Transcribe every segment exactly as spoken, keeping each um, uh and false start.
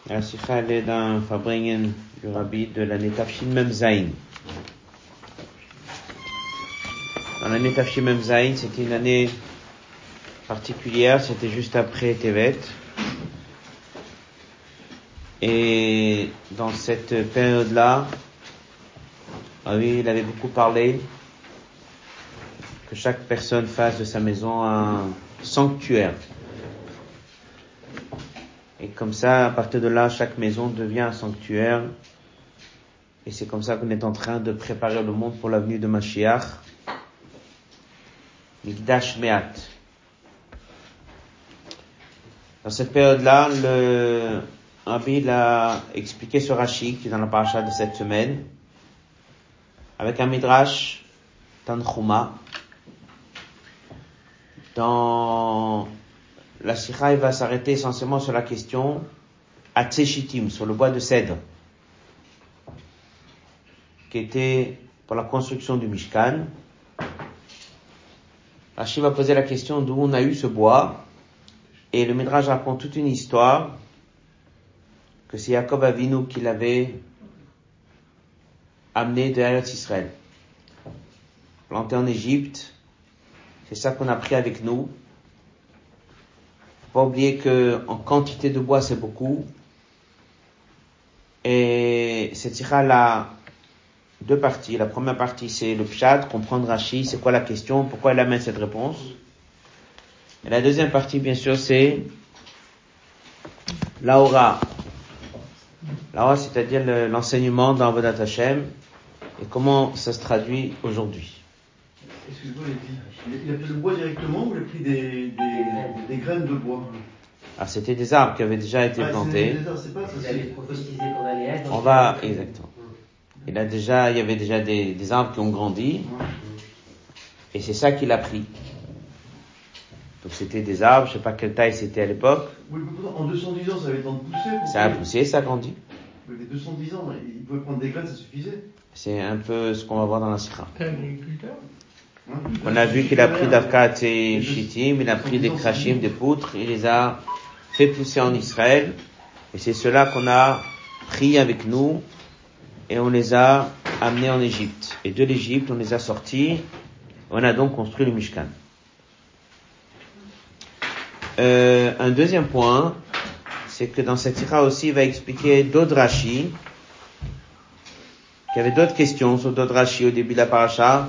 La sikha, elle est d'un Farbringen du Rabbi de l'année Tafshin Mem Zayin. Dans l'année Tafshin Mem Zayin, c'était une année particulière, c'était juste après Tevet. Et dans cette période-là, ah oui, il avait beaucoup parlé que chaque personne fasse de sa maison un sanctuaire. Et comme ça, à partir de là, chaque maison devient un sanctuaire. Et c'est comme ça qu'on est en train de préparer le monde pour la venue de Mashiach. Mikdash Me'at. Dans cette période-là, le Rabbi a expliqué ce Rashi qui est dans la paracha de cette semaine, avec un midrash Tanchuma. Dans la sikha, il va s'arrêter essentiellement sur la question Atzeshitim, sur le bois de cèdre, qui était pour la construction du Mishkan. Rashi va poser la question d'où on a eu ce bois, et le Midrash raconte toute une histoire, que c'est Yaakov Avinu qui l'avait amené de Eretz Israël, planté en Égypte. C'est ça qu'on a pris avec nous. Faut pas oublier que en quantité de bois c'est beaucoup. Et cette sikha a deux parties. La première partie c'est le pshat, comprendre Rashi, c'est quoi la question, pourquoi il amène cette réponse. Et la deuxième partie bien sûr c'est l'aura. L'aura, c'est-à-dire le, l'enseignement dans Avodat Hashem et comment ça se traduit aujourd'hui. Excuse-moi, il a pris le bois directement ou il a pris des, des, des graines de bois? Ah, c'était des arbres qui avaient déjà été ah, plantés. C'est, c'est pas ça. Vous avez prophétisé qu'on allait être. On va, exactement. Il a déjà, il y avait déjà des, des arbres qui ont grandi. Et c'est ça qu'il a pris. Donc c'était des arbres, je sais pas quelle taille c'était à l'époque. Oui, mais en deux cent dix ans, ça avait le temps de pousser. Ça a poussé, ça a grandi. Mais les deux cent dix ans, il pouvait prendre des graines, ça suffisait. C'est un peu ce qu'on va voir dans la sikha. Un agriculteur. On a vu qu'il a pris d'Avkat et Shittim, il a pris des krachim, des poutres, il les a fait pousser en Israël. Et c'est cela qu'on a pris avec nous et on les a amenés en Égypte. Et de l'Égypte, on les a sortis. On a donc construit le Mishkan. Euh, un deuxième point, c'est que dans cette sikha aussi, il va expliquer d'autres Rashi, qu'il y avait d'autres questions sur d'autres Rashi au début de la paracha,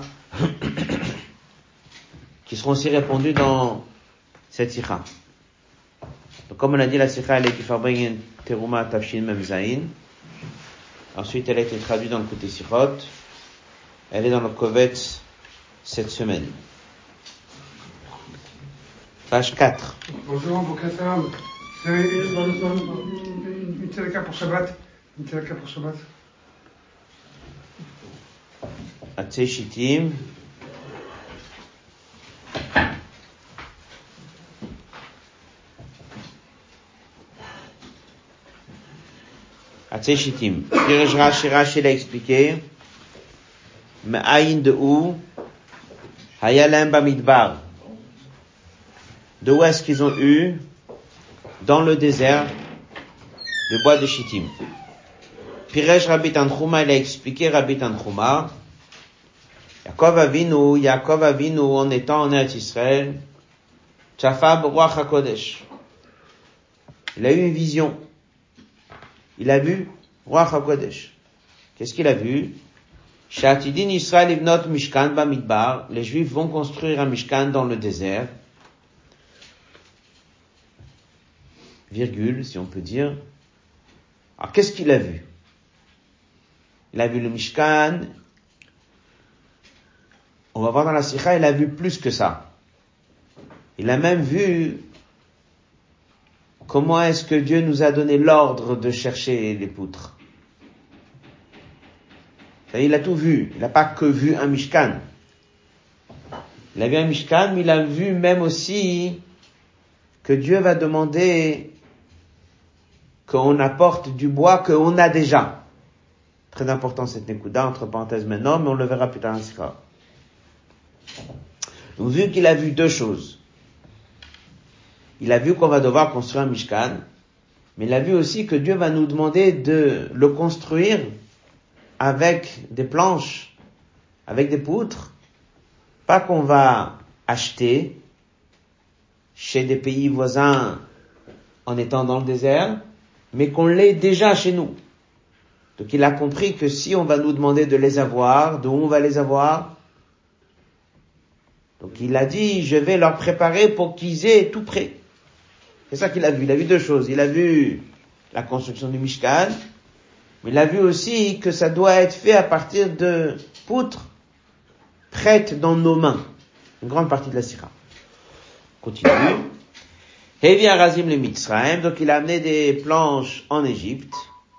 qui seront aussi répondues dans cette sikha. Donc, comme on a dit, la sikha, elle est du Farbringen Teruma Tafshin Mem Zayin. Ensuite, elle a été traduite dans le côté Sichot. Elle est dans le Kovetz cette semaine. Page quatre. Bonjour, Bokatam. Vous avez une, une tzedaka pour Shabbat. Une tzedaka pour Shabbat. Atzeshitim. Atzeshitim. Pirej Rashi, Rashi l'a expliqué. Me'ayin de où? Hayalem Bamidbar. De où est-ce qu'ils ont eu, dans le désert, le bois de Shittim? Pirej Rabbi Tanchuma, il a expliqué Rabbi Tanchuma. Yaakov Avinu, Yaakov Avinu, en étant en Eretz Israël, Tchafa B'Ruach HaKodesh. Il a eu une vision. Il a vu Ruach HaKodesh. Qu'est-ce qu'il a vu? Sha'atidin Israël ibnot Mishkan Bamidbar. Les Juifs vont construire un Mishkan dans le désert. Virgule, si on peut dire. Alors, qu'est-ce qu'il a vu? Il a vu le Mishkan. On va voir dans la sikha, il a vu plus que ça. Il a même vu comment est-ce que Dieu nous a donné l'ordre de chercher les poutres. C'est-à-dire, il a tout vu. Il n'a pas que vu un Mishkan. Il a vu un Mishkan, mais il a vu même aussi que Dieu va demander qu'on apporte du bois qu'on a déjà. Très important cette Nekuda, entre parenthèses maintenant, mais on le verra plus tard dans la sikha. Donc, vu qu'il a vu deux choses. Il a vu qu'on va devoir construire un Mishkan, mais il a vu aussi que Dieu va nous demander de le construire avec des planches, avec des poutres, pas qu'on va acheter chez des pays voisins en étant dans le désert, mais qu'on l'ait déjà chez nous. Donc il a compris que si on va nous demander de les avoir, d'où on va les avoir? Donc il a dit, je vais leur préparer pour qu'ils aient tout prêt. C'est ça qu'il a vu. Il a vu deux choses. Il a vu la construction du Mishkan, mais il a vu aussi que ça doit être fait à partir de poutres prêtes dans nos mains. Une grande partie de la sira. Continue. Hevi Arazim le Mitzrayim. Donc il a amené des planches en Égypte.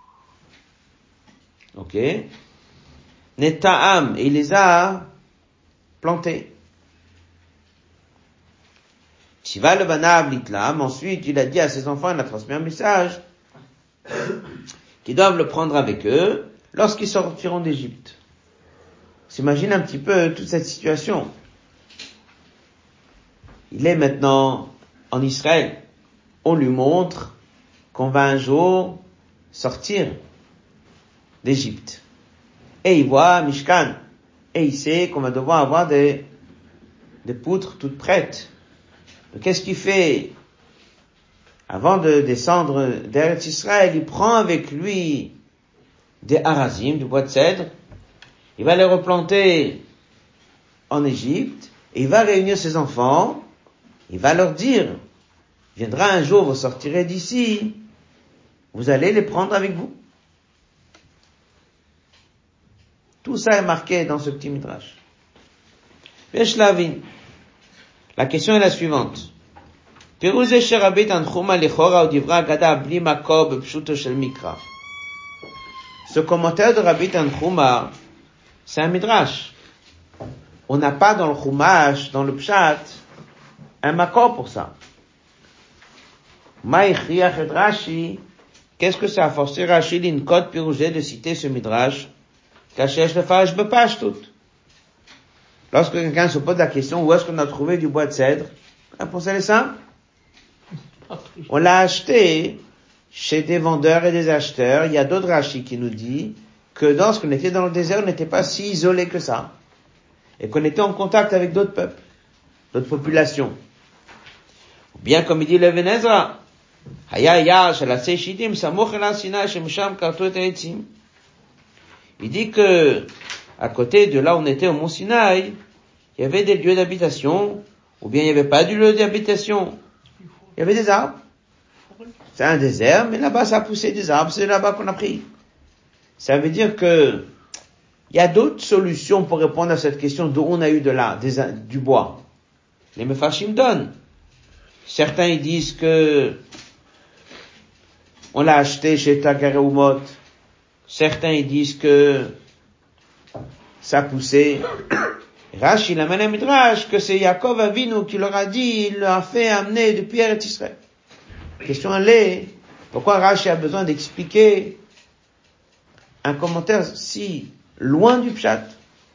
Ok. Neta'am. Et il les a plantées. Shiva le Banav l'Itlam. Ensuite, il a dit à ses enfants, il a transmis un message, qu'ils doivent le prendre avec eux lorsqu'ils sortiront d'Égypte. S'imagine un petit peu toute cette situation. Il est maintenant en Israël. On lui montre qu'on va un jour sortir d'Égypte. Et il voit Mishkan. Et il sait qu'on va devoir avoir des, des poutres toutes prêtes. Donc qu'est-ce qu'il fait? Avant de descendre d'Eretz Israël, il prend avec lui des harazim, du bois de cèdre. Il va les replanter en Égypte. Et il va réunir ses enfants. Il va leur dire, viendra un jour, vous sortirez d'ici, vous allez les prendre avec vous. Tout ça est marqué dans ce petit midrash. La question est la suivante. Ce commentaire de Rabbi Tanchuma, c'est un midrash. On n'a pas dans le Chumash, dans le Pshat, un makor pour ça. Maïchiach et Rashi, qu'est-ce que ça a forcé Rashi l'inkot pirougé de citer ce midrash? Kachesh le fage bepash tout. Lorsque quelqu'un se pose la question, où est-ce qu'on a trouvé du bois de cèdre? La réponse est simple. On l'a acheté chez des vendeurs et des acheteurs. Il y a d'autres Rashi qui nous dit que lorsqu'on était dans le désert, on n'était pas si isolé que ça. Et qu'on était en contact avec d'autres peuples, d'autres populations. Bien comme il dit le Even Ezra, il dit que à côté de là où on était au Mont Sinaï, il y avait des lieux d'habitation, ou bien il n'y avait pas de lieu d'habitation. Il y avait des arbres. C'est un désert, mais là-bas ça a poussé des arbres, c'est là-bas qu'on a pris. Ça veut dire que il y a d'autres solutions pour répondre à cette question d'où on a eu de là, des, du bois. Les Mefarshim donnent. Certains ils disent que on l'a acheté chez Tagareumot. Certains ils disent que ça poussait. Rashi, il amène un midrash que c'est Yaakov Avinu qui leur a dit, il leur a fait amener depuis Eretz Israël. La question elle est, pourquoi Rashi a besoin d'expliquer un commentaire si loin du pshat?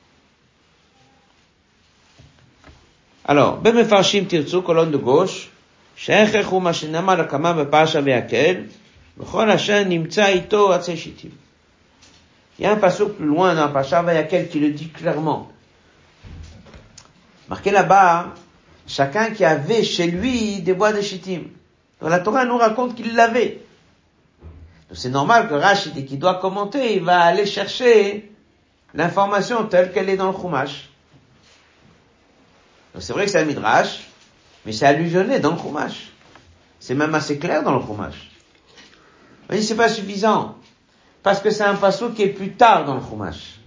Alors, Bemefarshim tirtsu, colonne de gauche, she'echechu ma shenama lakama bepasha ve'akel, b'chol asher nimtza ito atzei shitim. Il y a un passage plus loin dans Pasha Vayakel qui le dit clairement. Marqué là-bas, chacun qui avait chez lui des bois de Shittim. Donc la Torah nous raconte qu'il l'avait. Donc c'est normal que Rashi, dès qu'il doit commenter, il va aller chercher l'information telle qu'elle est dans le Chumash. Donc c'est vrai que c'est un midrash, mais c'est allusionné dans le Chumash. C'est même assez clair dans le Chumash. Mais c'est pas suffisant. Parce que c'est un passage qui est plus tard dans le Chumash.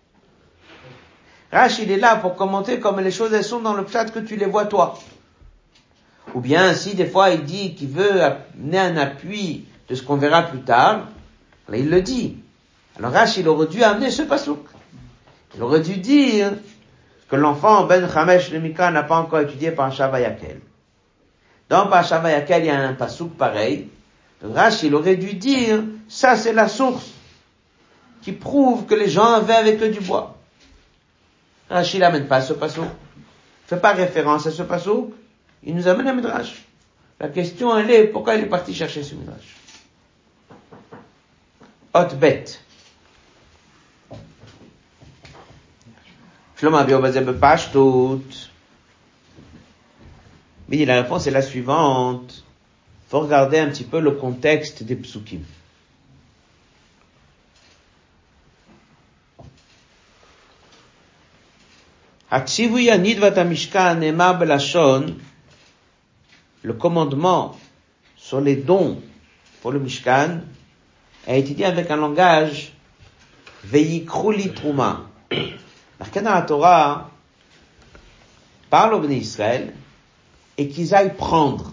Rashi, il est là pour commenter comme les choses elles sont dans le pshat que tu les vois toi. Ou bien, si des fois il dit qu'il veut amener un appui de ce qu'on verra plus tard, là il le dit. Alors Rashi, il aurait dû amener ce pasuk. Il aurait dû dire que l'enfant Ben Chamesh de Mika n'a pas encore étudié Parashat Vayakel. Dans Parashat Vayakel, il y a un pasuk pareil. Donc Rashi, il aurait dû dire, ça c'est la source qui prouve que les gens avaient avec eux du bois. Rashi n'amène pas ce pasuk. Il fait pas référence à ce pasuk. Il nous amène un midrash. La question elle est, pourquoi il est parti chercher ce midrash? hot bet. Shlomo Abiobazé Bepashtout. Mais la réponse est la suivante. Faut regarder un petit peu le contexte des psukim. Hatsivuya nidvat hamishkan nemar belashon. Le commandement sur les dons pour le Mishkan a été dit avec un langage Veyikru li truma. Marqué dans la Torah, parle au Bnei Israël et qu'ils aillent prendre.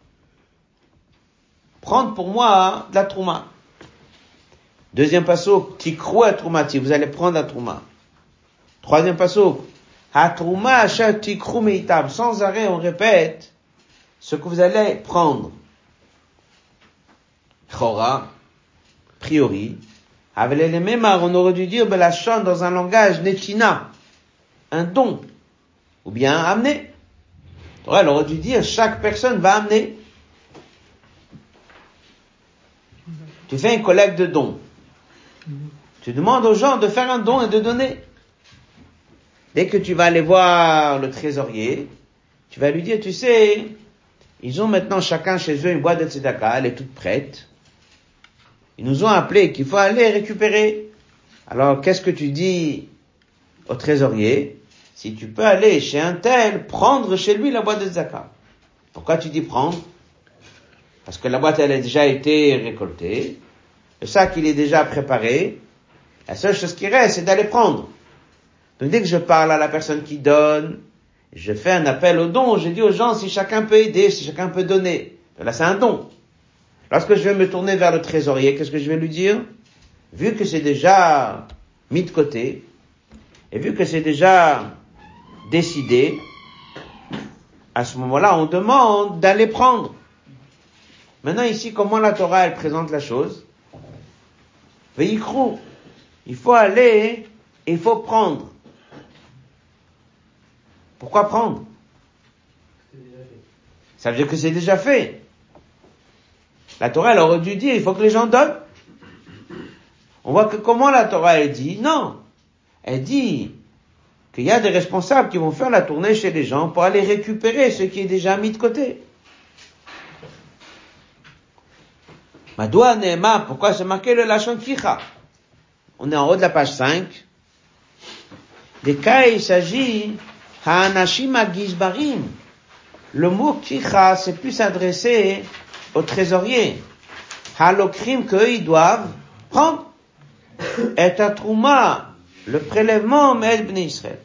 Prendre pour moi de la trouma. Deuxième pasuk, tikru à troumati, vous allez prendre la trouma. Troisième pasuk, ha trouma asher tikru meitab. Sans arrêt, on répète ce que vous allez prendre. Chora, priori, avec les mémar, on aurait dû dire belashon dans un langage netina, un don, ou bien amener. Elle aurait dû dire chaque personne va amener. Tu fais une collecte de dons. Tu demandes aux gens de faire un don et de donner. Dès que tu vas aller voir le trésorier, tu vas lui dire, tu sais, ils ont maintenant chacun chez eux une boîte de tzedaka, elle est toute prête. Ils nous ont appelé qu'il faut aller récupérer. Alors, qu'est-ce que tu dis au trésorier? Si tu peux aller chez un tel, prendre chez lui la boîte de tzedaka. Pourquoi tu dis prendre? Parce que la boîte, elle a déjà été récoltée. Le sac, il est déjà préparé. La seule chose qui reste, c'est d'aller prendre. Donc, dès que je parle à la personne qui donne, je fais un appel au don. Je dis aux gens si chacun peut aider, si chacun peut donner. Là, c'est un don. Lorsque je vais me tourner vers le trésorier, qu'est-ce que je vais lui dire? Vu que c'est déjà mis de côté, et vu que c'est déjà décidé, à ce moment-là, on demande d'aller prendre. Maintenant, ici, comment la Torah, elle présente la chose? Veikru. Il faut aller, et il faut prendre. Pourquoi prendre? Ça veut dire que c'est déjà fait. La Torah, elle aurait dû dire, il faut que les gens donnent. On voit que comment la Torah, elle dit, non. Elle dit qu'il y a des responsables qui vont faire la tournée chez les gens pour aller récupérer ce qui est déjà mis de côté. Madoua Nehema, pourquoi c'est marqué le Lachon Kicha? On est en haut de la page cinq. Des cas, il s'agit Ha'anashim ha'gizbarim. Le mot Kicha, c'est plus adressé aux trésoriers. Halokrim, qu'eux, ils doivent prendre. Et à Trouma, le prélèvement, mais Bnei Israël.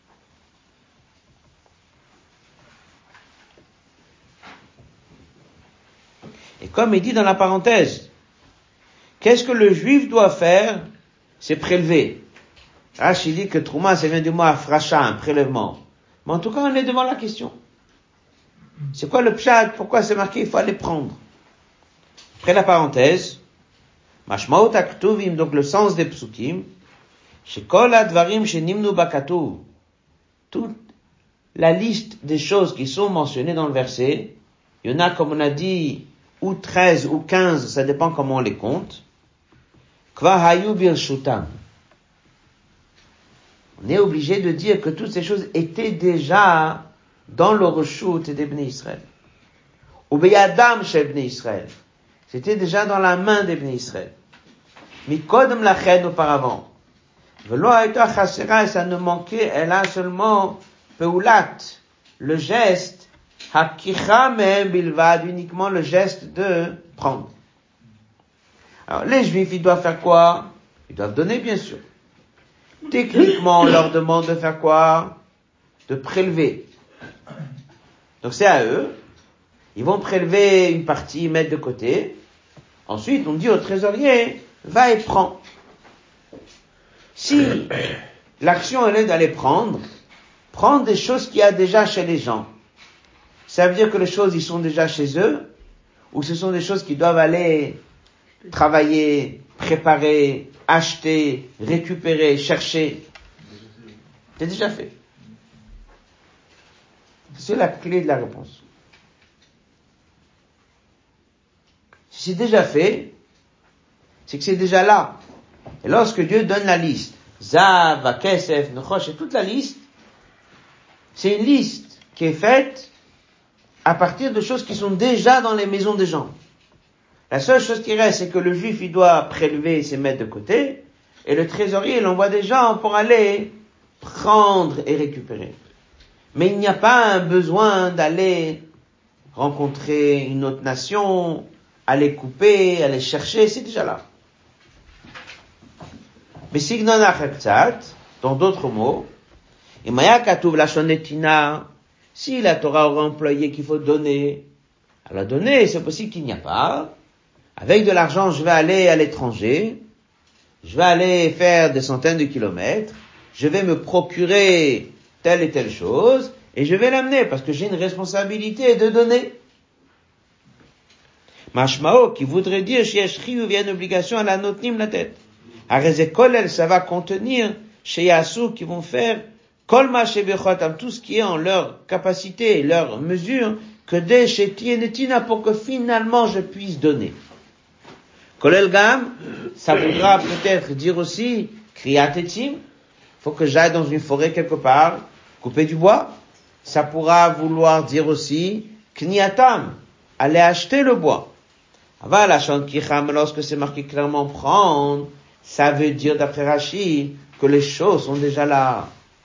Et comme il dit dans la parenthèse, qu'est-ce que le juif doit faire? C'est prélever. Rashi dit que Trouma, ça vient du mot afracha, un prélèvement. Mais en tout cas, on est devant la question. C'est quoi le pshat? Pourquoi c'est marqué? Il faut aller prendre. Après la parenthèse, Mashmaot aktuvim, donc le sens des psukim, shekol advarim shenimnu bakatuv, toute la liste des choses qui sont mentionnées dans le verset, il y en a, comme on a dit, ou treize ou quinze, ça dépend comment on les compte. Kva hayu birshutam. On est obligé de dire que toutes ces choses étaient déjà dans le reshut des Bnei Israël. Ou beyadam chez Bnei Israël. C'était déjà dans la main des Bnei Israël. Mikodem lachen auparavant. Velo haïta chasera, et ça ne manquait, elle a seulement peulat, le geste, hakicha mehem bilvad, uniquement le geste de prendre. Alors, les Juifs, ils doivent faire quoi? Ils doivent donner, bien sûr. Techniquement, on leur demande de faire quoi? De prélever. Donc c'est à eux. Ils vont prélever une partie, mettre de côté. Ensuite, on dit au trésorier, va et prends. Si l'action elle est d'aller prendre, prendre des choses qu'il y a déjà chez les gens. Ça veut dire que les choses, ils sont déjà chez eux, ou ce sont des choses qui doivent aller travailler, préparer, acheter, récupérer, chercher. C'est déjà fait. C'est la clé de la réponse. Si c'est déjà fait, c'est que c'est déjà là. Et lorsque Dieu donne la liste, Zav, Kesef, Nechosh, et toute la liste, c'est une liste qui est faite à partir de choses qui sont déjà dans les maisons des gens. La seule chose qui reste, c'est que le juif, il doit prélever et se mettre de côté, et le trésorier, il envoie des gens pour aller prendre et récupérer. Mais il n'y a pas un besoin d'aller rencontrer une autre nation, aller couper, aller chercher, c'est déjà là. Mais signon achaktsat, dans d'autres mots, et maya katuv lashon netina, si la Torah aura employé qu'il faut donner, à la donner, c'est possible qu'il n'y a pas. Avec de l'argent, je vais aller à l'étranger, je vais aller faire des centaines de kilomètres, je vais me procurer telle et telle chose, et je vais l'amener, parce que j'ai une responsabilité de donner. Mashmao, qui voudrait dire, chez Yeshri, il y a une obligation à la notnim la tête. Arezekol, ça va contenir, chez Yassou, qui vont faire, Kolma chez Bechotam, tout ce qui est en leur capacité, leur mesure, que des chez Tienetina, pour que finalement je puisse donner. Kolel Gam, ça voudra peut-être dire aussi, Kriyatetim, faut que j'aille dans une forêt quelque part, couper du bois. Ça pourra vouloir dire aussi, Kniatam, aller acheter le bois. Aval la chante Kicham, lorsque c'est marqué clairement prendre, ça veut dire d'après Rashi, que les choses sont déjà là.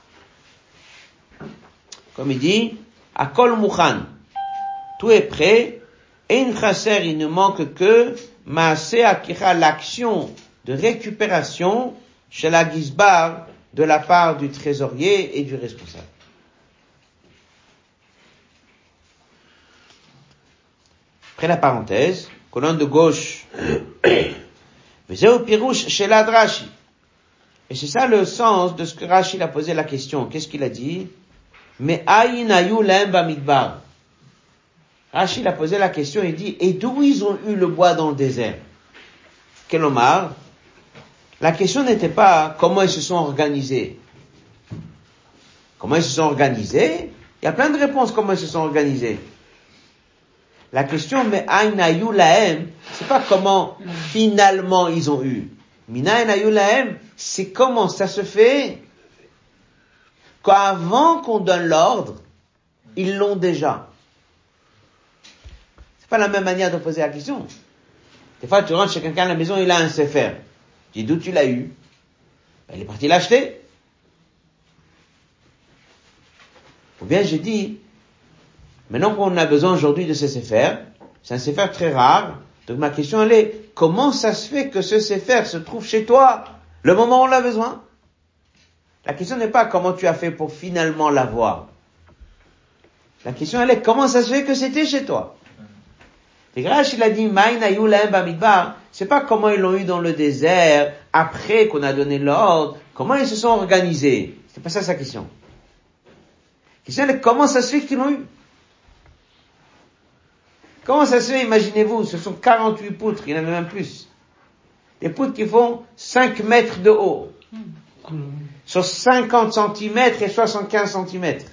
Comme il dit, Akol Mukhan, tout est prêt, Ein Chaser, il ne manque que Maaseh Akicha, l'action de récupération chez la Gizbar de la part du trésorier et du responsable. Après la parenthèse, colonne de gauche, Vezeu Pirouche chez la Rashi. Et c'est ça le sens de ce que Rashi a posé la question. Qu'est-ce qu'il a dit? Mais aïn ayu lahem bamidbar. Rashi a posé la question et dit, et d'où ils ont eu le bois dans le désert? Kelomar, la question n'était pas comment ils se sont organisés. Comment ils se sont organisés? Il y a plein de réponses comment ils se sont organisés. La question, mais aïn ayu lahem, c'est pas comment finalement ils ont eu. Minaïn ayu lahem, c'est comment ça se fait qu'avant qu'on donne l'ordre, ils l'ont déjà. C'est pas la même manière de poser la question. Des fois, tu rentres chez quelqu'un à la maison, il a un sefer. Tu dis, d'où tu l'as eu? Ben, il est parti l'acheter. Ou bien, j'ai dit, maintenant qu'on a besoin aujourd'hui de ce sefer, c'est un sefer très rare, donc ma question elle est, comment ça se fait que ce sefer se trouve chez toi, le moment où on l'a besoin? La question n'est pas comment tu as fait pour finalement l'avoir. La question elle est, comment ça se fait que c'était chez toi? Et Rashi il a dit, Maïn ayu lahem bamidbar, c'est pas comment ils l'ont eu dans le désert, après qu'on a donné l'ordre, comment ils se sont organisés. C'est pas ça sa question. La question est, comment ça se fait qu'ils l'ont eu? Comment ça se fait, imaginez-vous, ce sont quarante-huit poutres, il y en avait même plus. Des poutres qui font cinq mètres de haut. Sur cinquante centimètres et soixante-quinze centimètres.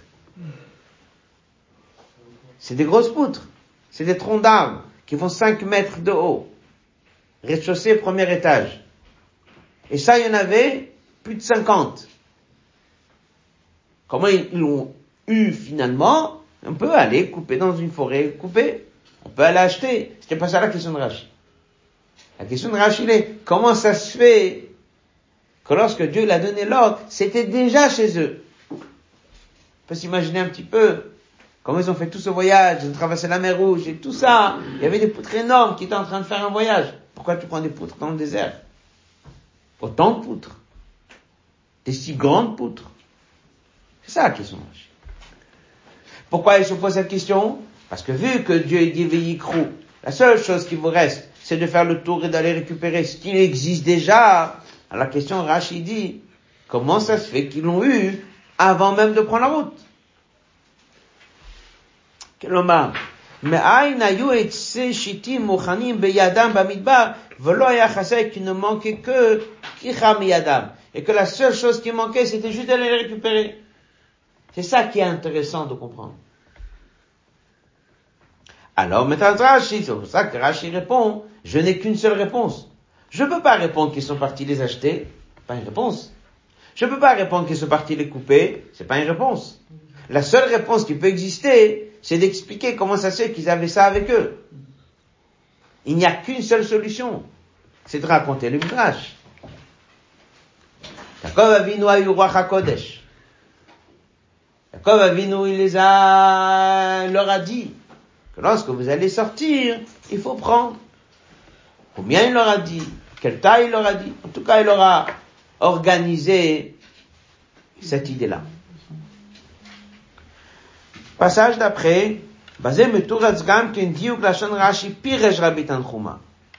C'est des grosses poutres. C'est des troncs d'arbres qui font cinq mètres de haut. Rez-de-chaussée, premier étage. Et ça, il y en avait plus de cinquante. Comment ils l'ont eu finalement? On peut aller couper dans une forêt, couper. On peut aller acheter. C'était pas ça la question de Rashi. La question de Rashi est, comment ça se fait que lorsque Dieu l'a donné l'ordre, c'était déjà chez eux? On peut s'imaginer un petit peu comment ils ont fait tout ce voyage, ils ont traversé la mer Rouge et tout ça. Il y avait des poutres énormes qui étaient en train de faire un voyage. Pourquoi tu prends des poutres dans le désert? Autant de poutres. Des si grandes poutres. C'est ça la question de Rashi. Pourquoi ils se posent cette question? Parce que vu que Dieu dit Veyikrou, la seule chose qui vous reste, c'est de faire le tour et d'aller récupérer ce qui existe déjà. Alors la question Rashi dit, comment ça se fait qu'ils l'ont eu avant même de prendre la route? Kelomar, mais aïn ayu et tse shitim muchanim beyadam bamidbar, velo ya chasei, qui ne manquait que kicham yadam. Et que la seule chose qui manquait, c'était juste d'aller les récupérer. C'est ça qui est intéressant de comprendre. Alors, maintenant, Rashi, c'est pour ça que Rashi répond, je n'ai qu'une seule réponse. Je peux pas répondre qu'ils sont partis les acheter, pas une réponse. Je peux pas répondre qu'ils sont partis les couper, c'est pas une réponse. La seule réponse qui peut exister, c'est d'expliquer comment ça se fait qu'ils avaient ça avec eux. Il n'y a qu'une seule solution, c'est de raconter le Midrash. Yaakov Avinu a eu Ruach HaKodesh. Yaakov Avinu, il les a, il leur a dit que lorsque vous allez sortir, il faut prendre. Combien il leur a dit? Quelle taille il leur a dit? En tout cas, il leur a organisé cette idée-là. Passage d'après, basé meturatz gam ken diuk lashon Rashi piresh Rabbi Tanchuma.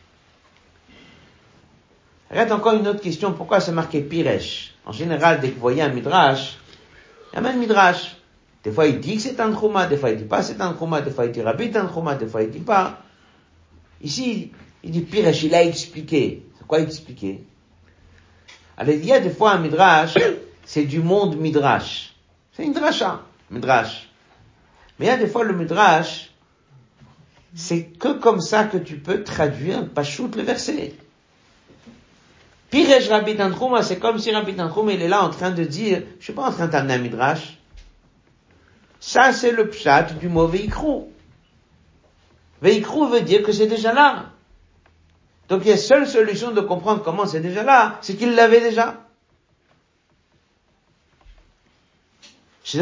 Regarde encore une autre question, pourquoi c'est marqué piresh? En général, dès que vous voyez un midrash, il y a même un midrash. Des fois il dit que c'est Tanchuma, des fois il dit pas c'est Tanchuma, des fois il dit Rabbi Tanchuma, des fois il dit pas. Ici, il dit piresh, il a expliqué. C'est quoi expliquer? Alors il y a des fois un midrash, c'est du monde midrash. C'est une drasha, midrash. Mais il y a des fois le midrash, c'est que comme ça que tu peux traduire pachout le verset. Piresh Rabbi Tanchuma, c'est comme si Rabbi Tanchuma il est là en train de dire, je suis pas en train d'amener un midrash. Ça c'est le pshat du mot veikru. Veikru veut dire que c'est déjà là. Donc il y a seule solution de comprendre comment c'est déjà là, c'est qu'il l'avait déjà. C'est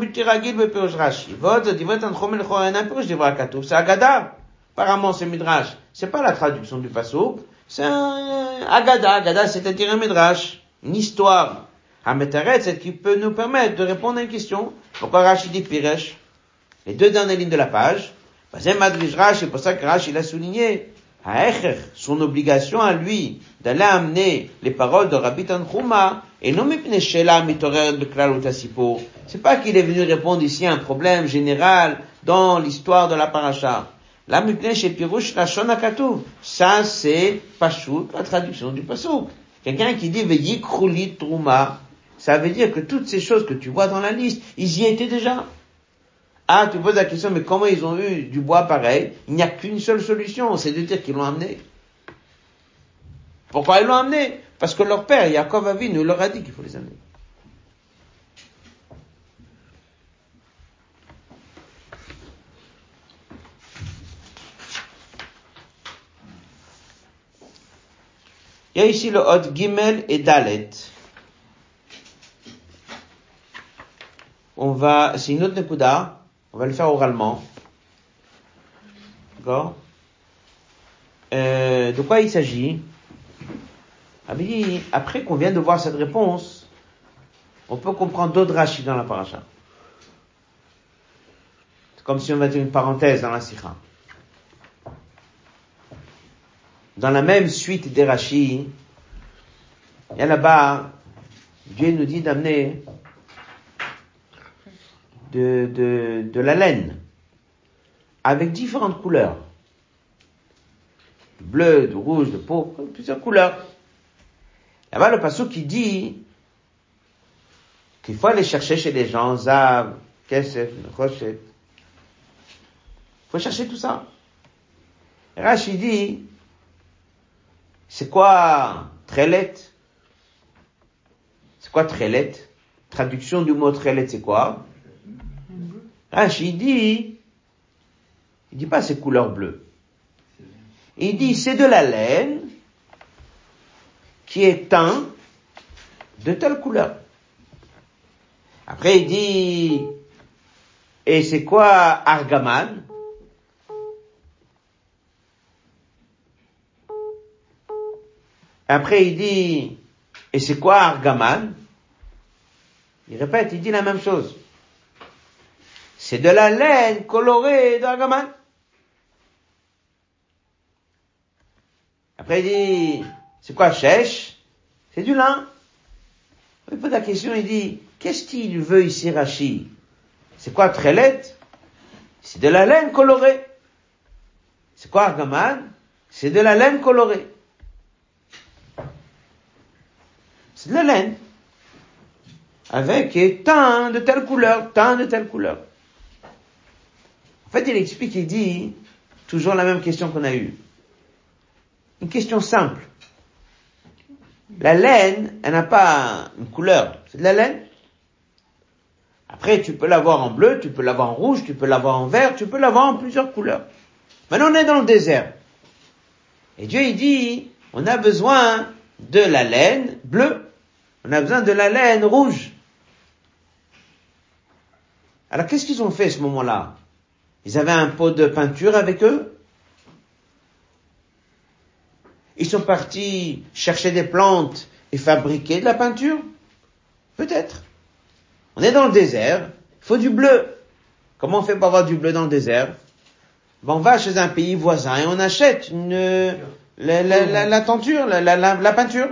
Agada. Apparemment c'est Midrash. C'est pas la traduction du pasuk, c'est un Agada. Agada c'est-à-dire un Midrash, une histoire. Hametaret, c'est qui peut nous permettre de répondre à une question. Pourquoi Rashi dit Piresh? Les deux dernières lignes de la page. C'est pour ça que Rashi l'a souligné. Son obligation à lui d'aller amener les paroles de Rabbi Tanchuma et non mipnei shela mitorer beklal utasipo. C'est pas qu'il est venu répondre ici à un problème général dans l'histoire de la paracha. La mipnei shepirush lashon hakatuv. Ça c'est pashut, la traduction du pasuk. Quelqu'un qui dit veyikru li truma, ça veut dire que toutes ces choses que tu vois dans la liste, ils y étaient déjà. Ah, tu poses la question, mais comment ils ont eu du bois pareil? Il n'y a qu'une seule solution, c'est de dire qu'ils l'ont amené. Pourquoi ils l'ont amené? Parce que leur père, Yaakov Avinu, leur a dit qu'il faut les amener. Il y a ici le Hod Gimel et Dalet. On va, c'est une autre nekuda. On va le faire oralement. D'accord? Euh, de quoi il s'agit? Après qu'on vient de voir cette réponse, on peut comprendre d'autres rachis dans la paracha. C'est comme si on mettait une parenthèse dans la sikha. Dans la même suite des rachis, il y a là-bas, Dieu nous dit d'amener de, de, de la laine, avec différentes couleurs. Du bleu, du rouge, de pourpre, plusieurs couleurs. Là-bas, le pasuk qui dit qu'il faut aller chercher chez les gens, Zav, Kesef, Rochet. Il faut chercher tout ça. Rashi dit, c'est quoi Trelet? C'est quoi Trelet? Traduction du mot Trelet, c'est quoi? Rashi dit, il dit pas c'est couleur bleue. Il dit c'est de la laine qui est teint de telle couleur. Après il dit, et c'est quoi argaman? Après il dit, et c'est quoi argaman? Il répète, il dit la même chose. C'est de la laine colorée d'argaman. Après il dit, c'est quoi chèche? C'est du lin. Il pose la question, il dit, qu'est-ce qu'il veut ici Rashi? C'est quoi trelet? C'est de la laine colorée. C'est quoi argaman? C'est de la laine colorée. C'est de la laine. Avec teint de telle couleur, teint de telle couleur. En fait, il explique, il dit, toujours la même question qu'on a eue. Une question simple. La laine, elle n'a pas une couleur. C'est de la laine. Après, tu peux l'avoir en bleu, tu peux l'avoir en rouge, tu peux l'avoir en vert, tu peux l'avoir en plusieurs couleurs. Maintenant, on est dans le désert. Et Dieu, il dit, on a besoin de la laine bleue. On a besoin de la laine rouge. Alors, qu'est-ce qu'ils ont fait à ce moment-là? Ils avaient un pot de peinture avec eux. Ils sont partis chercher des plantes et fabriquer de la peinture? Peut-être. On est dans le désert, il faut du bleu. Comment on fait pour avoir du bleu dans le désert? Ben, on va chez un pays voisin et on achète une, la, la, la, la tenture, la, la, la, la peinture.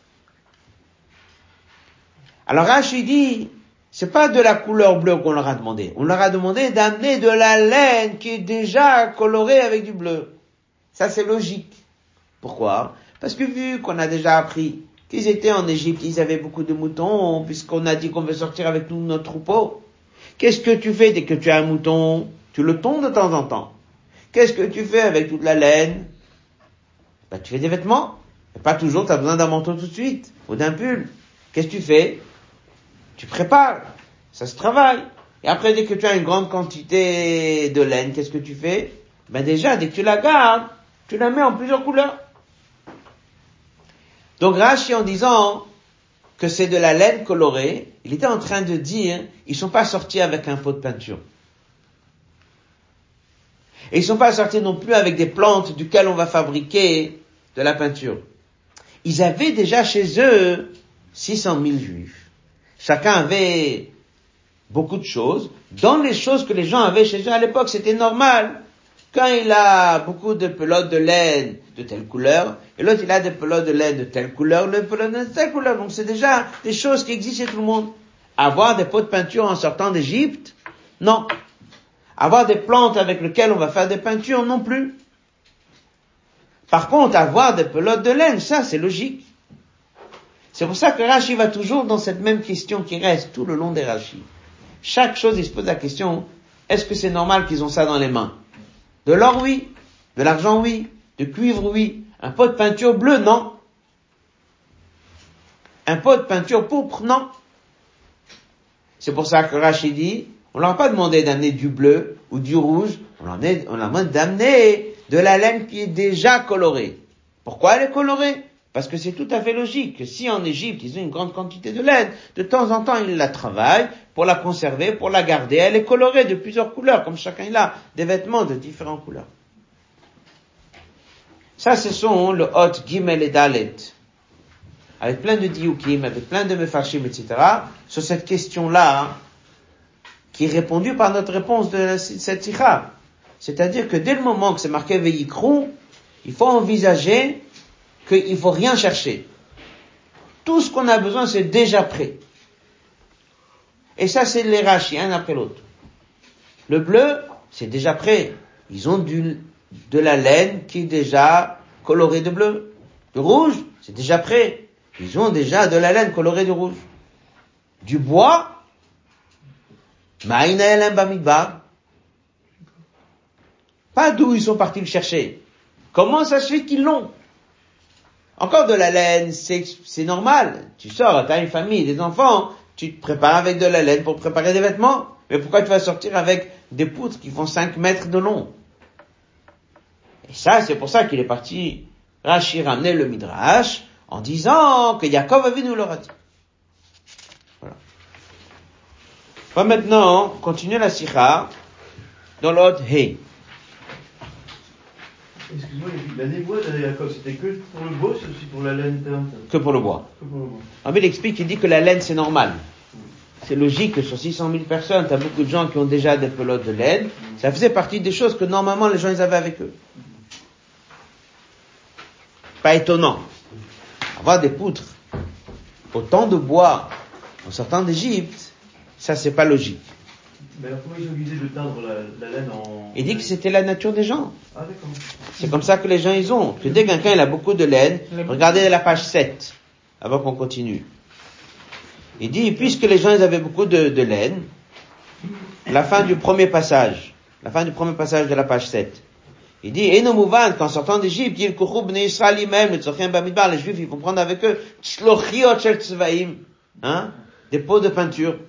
Alors Rashi dit, c'est pas de la couleur bleue qu'on leur a demandé. On leur a demandé d'amener de la laine qui est déjà colorée avec du bleu. Ça, c'est logique. Pourquoi? Parce que vu qu'on a déjà appris qu'ils étaient en Égypte, ils avaient beaucoup de moutons, puisqu'on a dit qu'on veut sortir avec nous notre troupeau. Qu'est-ce que tu fais dès que tu as un mouton? Tu le tonds de temps en temps. Qu'est-ce que tu fais avec toute la laine? Ben, tu fais des vêtements. Et pas toujours, tu as besoin d'un manteau tout de suite, ou d'un pull. Qu'est-ce que tu fais? Tu prépares. Ça se travaille. Et après, dès que tu as une grande quantité de laine, qu'est-ce que tu fais? Ben déjà, dès que tu la gardes, tu la mets en plusieurs couleurs. Donc Rashi, en disant que c'est de la laine colorée, il était en train de dire, ils sont pas sortis avec un pot de peinture. Et ils sont pas sortis non plus avec des plantes duquel on va fabriquer de la peinture. Ils avaient déjà chez eux six cent mille juifs. Chacun avait beaucoup de choses. Dans les choses que les gens avaient chez eux à l'époque, c'était normal. Quand il a beaucoup de pelotes de laine de telle couleur, et l'autre il a des pelotes de laine de telle couleur, le pelote de telle couleur. Donc c'est déjà des choses qui existent chez tout le monde. Avoir des pots de peinture en sortant d'Égypte? Non. Avoir des plantes avec lesquelles on va faire des peintures? Non plus. Par contre, avoir des pelotes de laine, ça c'est logique. C'est pour ça que Rashi va toujours dans cette même question qui reste tout le long des Rashi. Chaque chose, il se pose la question, est-ce que c'est normal qu'ils ont ça dans les mains? De l'or, oui. De l'argent, oui. De cuivre, oui. Un pot de peinture bleue, non. Un pot de peinture pourpre, non. C'est pour ça que Rashi dit, on leur a pas demandé d'amener du bleu ou du rouge, on leur a, on leur a demandé d'amener de la laine qui est déjà colorée. Pourquoi elle est colorée? Parce que c'est tout à fait logique que si en Égypte ils ont une grande quantité de laine, de temps en temps ils la travaillent pour la conserver, pour la garder. Elle est colorée de plusieurs couleurs, comme chacun il a des vêtements de différentes couleurs. Ça, ce sont le Hot, Gimel et Dalet, avec plein de diukim, avec plein de mefarshim, et cetera, sur cette question-là, qui est répondue par notre réponse de cette sikha. C'est-à-dire que dès le moment que c'est marqué Veyikrou, il faut envisager qu'il faut rien chercher. Tout ce qu'on a besoin, c'est déjà prêt. Et ça, c'est les Rashi, un après l'autre. Le bleu, c'est déjà prêt. Ils ont du, de la laine qui est déjà colorée de bleu. Le rouge, c'est déjà prêt. Ils ont déjà de la laine colorée de rouge. Du bois, ma'ina elam bamidbar. Pas d'où ils sont partis le chercher. Comment ça se fait qu'ils l'ont? Encore de la laine, c'est, c'est normal. Tu sors, tu as une famille, des enfants, tu te prépares avec de la laine pour préparer des vêtements. Mais pourquoi tu vas sortir avec des poutres qui font cinq mètres de long? Et ça, c'est pour ça qu'il est parti Rashi ramener le Midrash en disant que Yaakov Avinu leur a dit. Voilà. On va maintenant continuer la sikha dans l'autre Hey. Excuse-moi, la névoie de Yaakov, c'était que pour le bois, c'est aussi pour la laine teinte? Que pour le bois. Que pour le bois. En fait, il explique, il dit que la laine, c'est normal. C'est logique que sur six cent mille personnes, tu as beaucoup de gens qui ont déjà des pelotes de laine. Ça faisait partie des choses que normalement les gens ils avaient avec eux. Pas étonnant. Avoir des poutres, autant de bois en sortant d'Égypte, ça c'est pas logique. Mais alors comment ils ont obligé de teindre la, la laine en... Il dit que c'était la nature des gens. Ah d'accord. C'est comme ça que les gens ils ont. Que dès que quelqu'un il a beaucoup de laine, regardez la page sept, avant qu'on continue. Il dit, puisque les gens ils avaient beaucoup de, de laine, la fin du premier passage, la fin du premier passage de la page sept, Il dit, et mouvan, qu'en sortant d'Égypte, il kourou bnei Israël même, le tzochem bamidbar, les juifs, ils vont prendre avec eux, tshlochiot shel tzvaim, hein, des pots de peinture.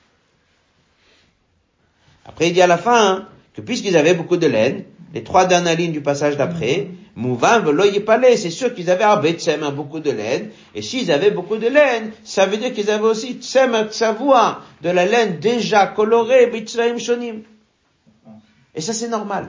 Après, il dit à la fin, hein, que puisqu'ils avaient beaucoup de laine, les trois dernières lignes du passage d'après, mouvan velo yipalé, c'est sûr qu'ils avaient arbet tsem, beaucoup de laine, et s'ils avaient beaucoup de laine, ça veut dire qu'ils avaient aussi tsem tsavoua, de la laine déjà colorée, bitzvaim shonim. Et ça, c'est normal.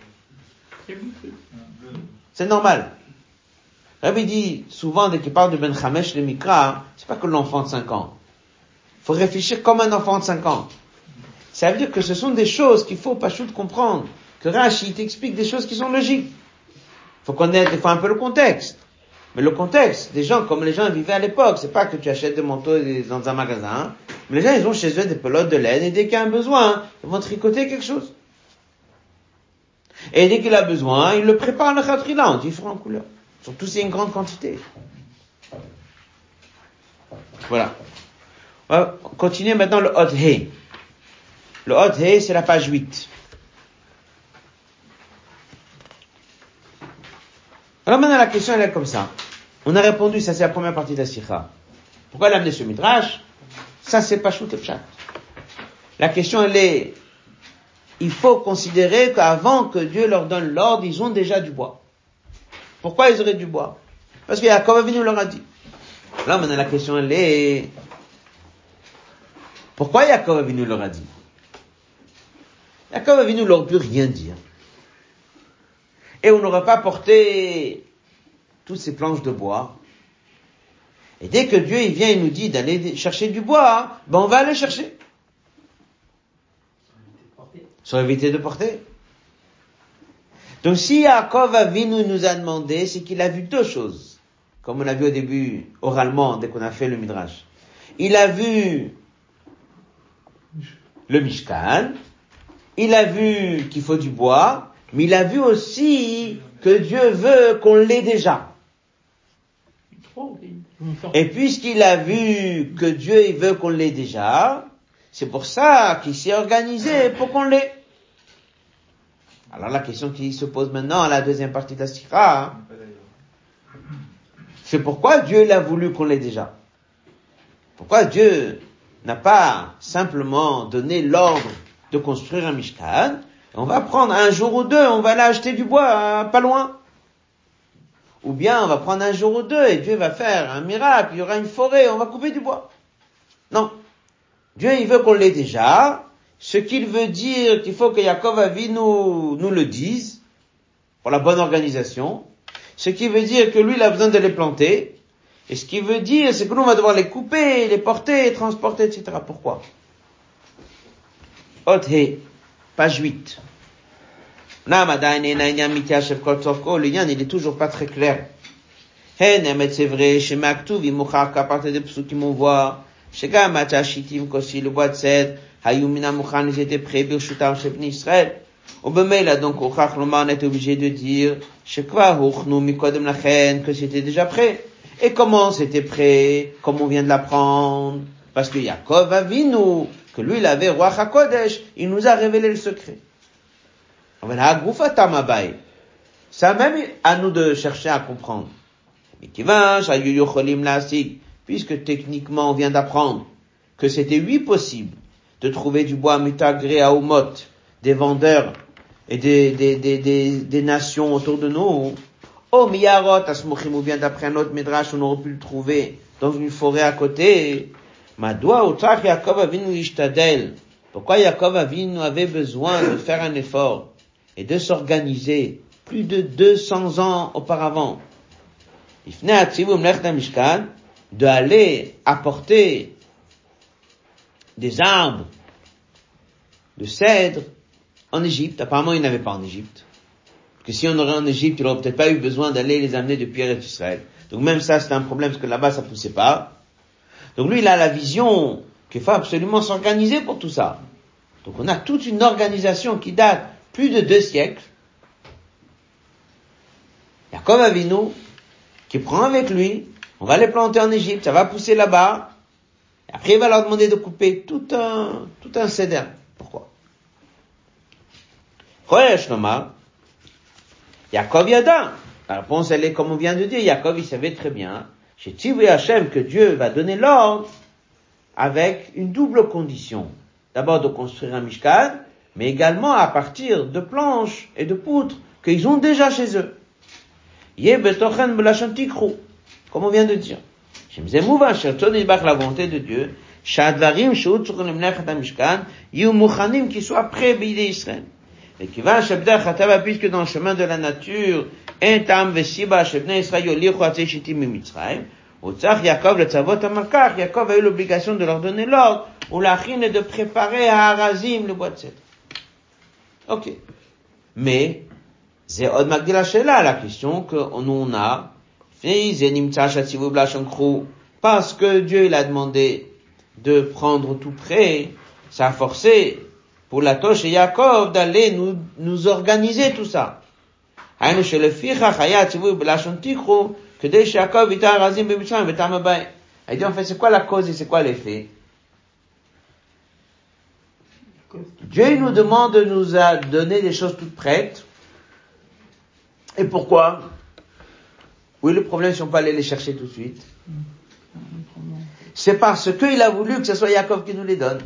C'est normal. Rabbi dit, souvent, dès qu'il parle de Ben Chamesh le Mikra, c'est pas que l'enfant de cinq ans. Il faut réfléchir comme un enfant de cinq ans. Ça veut dire que ce sont des choses qu'il faut pas chou de comprendre. Que Rashi t'explique des choses qui sont logiques. Il faut connaître des fois un peu le contexte. Mais le contexte, des gens comme les gens vivaient à l'époque, c'est pas que tu achètes des manteaux dans un magasin, mais les gens, ils ont chez eux des pelotes de laine, et dès qu'il y a un besoin, ils vont tricoter quelque chose. Et dès qu'il a besoin, il le prépare le khatrila en différentes couleurs. Surtout s'il y a une grande quantité. Voilà. On va continuer maintenant le Hot He. Le Hot He, c'est la page huit. Alors maintenant la question elle est comme ça. On a répondu, ça c'est la première partie de la sikha. Pourquoi elle a amené ce midrash? Ça c'est pas shoot chat. La question elle est, il faut considérer qu'avant que Dieu leur donne l'ordre, ils ont déjà du bois. Pourquoi ils auraient du bois? Parce que Yaakov Avinu leur a dit. Là maintenant la question elle est, pourquoi Yaakov Avinu leur a dit? Yaakov Avinu leur pu rien dire. Et on n'aurait pas porté toutes ces planches de bois. Et dès que Dieu il vient et nous dit d'aller chercher du bois, ben on va aller chercher. Sans éviter de porter. Donc si Yaakov Avinu nous a demandé, c'est qu'il a vu deux choses. Comme on a vu au début, oralement, dès qu'on a fait le Midrash. Il a vu le Mishkan, il a vu qu'il faut du bois, mais il a vu aussi que Dieu veut qu'on l'ait déjà. Et puisqu'il a vu que Dieu il veut qu'on l'ait déjà, c'est pour ça qu'il s'est organisé pour qu'on l'ait. Alors la question qui se pose maintenant à la deuxième partie de la sikha, c'est pourquoi Dieu l'a voulu qu'on l'ait déjà. Pourquoi Dieu n'a pas simplement donné l'ordre de construire un Mishkan. On va prendre un jour ou deux, on va aller acheter du bois hein, pas loin. Ou bien on va prendre un jour ou deux et Dieu va faire un miracle, il y aura une forêt, on va couper du bois. Non. Dieu, il veut qu'on l'ait déjà. Ce qu'il veut dire qu'il faut que Yaakov Avinu nous, nous le dise, pour la bonne organisation. Ce qui veut dire que lui, il a besoin de les planter. Et ce qui veut dire, c'est que nous, on va devoir les couper, les porter, les transporter, et cetera. Pourquoi? Hot He, page huit. Le lien, il est toujours pas très clair. C'est vrai, chez Maktuv, il m'a qu'à partir des psukim, on voit, chez Gamata, Shitim, Kossi, le bois de cèdre, Hayumina Mouchan, ils étaient prêts, Birshutam, chez Bni Israël. Au Bemel, là, donc, au Chachloman, on était obligé de dire, chez quoi, Huchnu, Mikodem Lachen, que c'était déjà prêt. Et comment c'était prêt? Comme on vient de l'apprendre? Parce que Yaakov Avinu, que lui, il avait Ruach HaKodesh, il nous a révélé le secret. Ça même à nous de chercher à comprendre. Puisque techniquement on vient d'apprendre que c'était oui possible de trouver du bois mutagré à Omot, des vendeurs et des, des, des, des, des nations autour de nous. Oh, Miyarot, Asmochim, ou bien d'après un autre Midrash, on aurait pu le trouver dans une forêt à côté. Madoua Utrach Yaakov Avinu Ishtadel. Pourquoi Yaakov Avinu avait besoin de faire un effort et de s'organiser plus de deux cents ans auparavant? De aller apporter des arbres de cèdre en Égypte. Apparemment, il n'avait pas en Égypte. Parce que si on aurait en Égypte, il n'aurait peut-être pas eu besoin d'aller les amener depuis Eretz Israël. Donc même ça, c'est un problème, parce que là-bas, ça poussait pas. Donc lui, il a la vision qu'il faut absolument s'organiser pour tout ça. Donc on a toute une organisation qui date plus de deux siècles. Yaakov Avinu, qui prend avec lui, on va les planter en Égypte, ça va pousser là-bas, et après il va leur demander de couper tout un, tout un céder. Pourquoi? Yaakov Yada. La réponse, elle est comme on vient de dire. Yaakov, il savait très bien, chez Tivri Hachem, que Dieu va donner l'ordre avec une double condition. D'abord de construire un Mishkan, mais également à partir de planches et de poutres qu'ils ont déjà chez eux. Yé betochen belashon tikru, comme on vient de dire. Shemzemouva, cherchon isbach la volonté de Dieu, shadvarim sheutzuchon lemnechat hamishkan, yu muchanim, qui soient prêts b'idei Israël. Et qui va shabda chatava, puisque dans le chemin de la nature, entam vesiba shebnei Israël yolichu atzei shitim mimitzrayim, Otzach Yaakov le tzavot amalkach, Yaakov a eu l'obligation de leur donner l'ordre, ou la chine de préparer à Harazim le bois de cèdre. Ok. Mais, c'est od magdila shela, la question que on a, parce que Dieu il a demandé de prendre tout près, ça a forcé pour la Tosh et Yaakov d'aller nous, nous organiser tout ça. Que dès Yaakov il t'a razim b'mitzrayim et t'amabay. Il dit en fait c'est quoi la cause et c'est quoi l'effet? Dieu nous demande de nous donner des choses toutes prêtes. Et pourquoi? Oui, le problème, si on peut aller les chercher tout de suite. C'est parce qu'il a voulu que ce soit Yaakov qui nous les donne.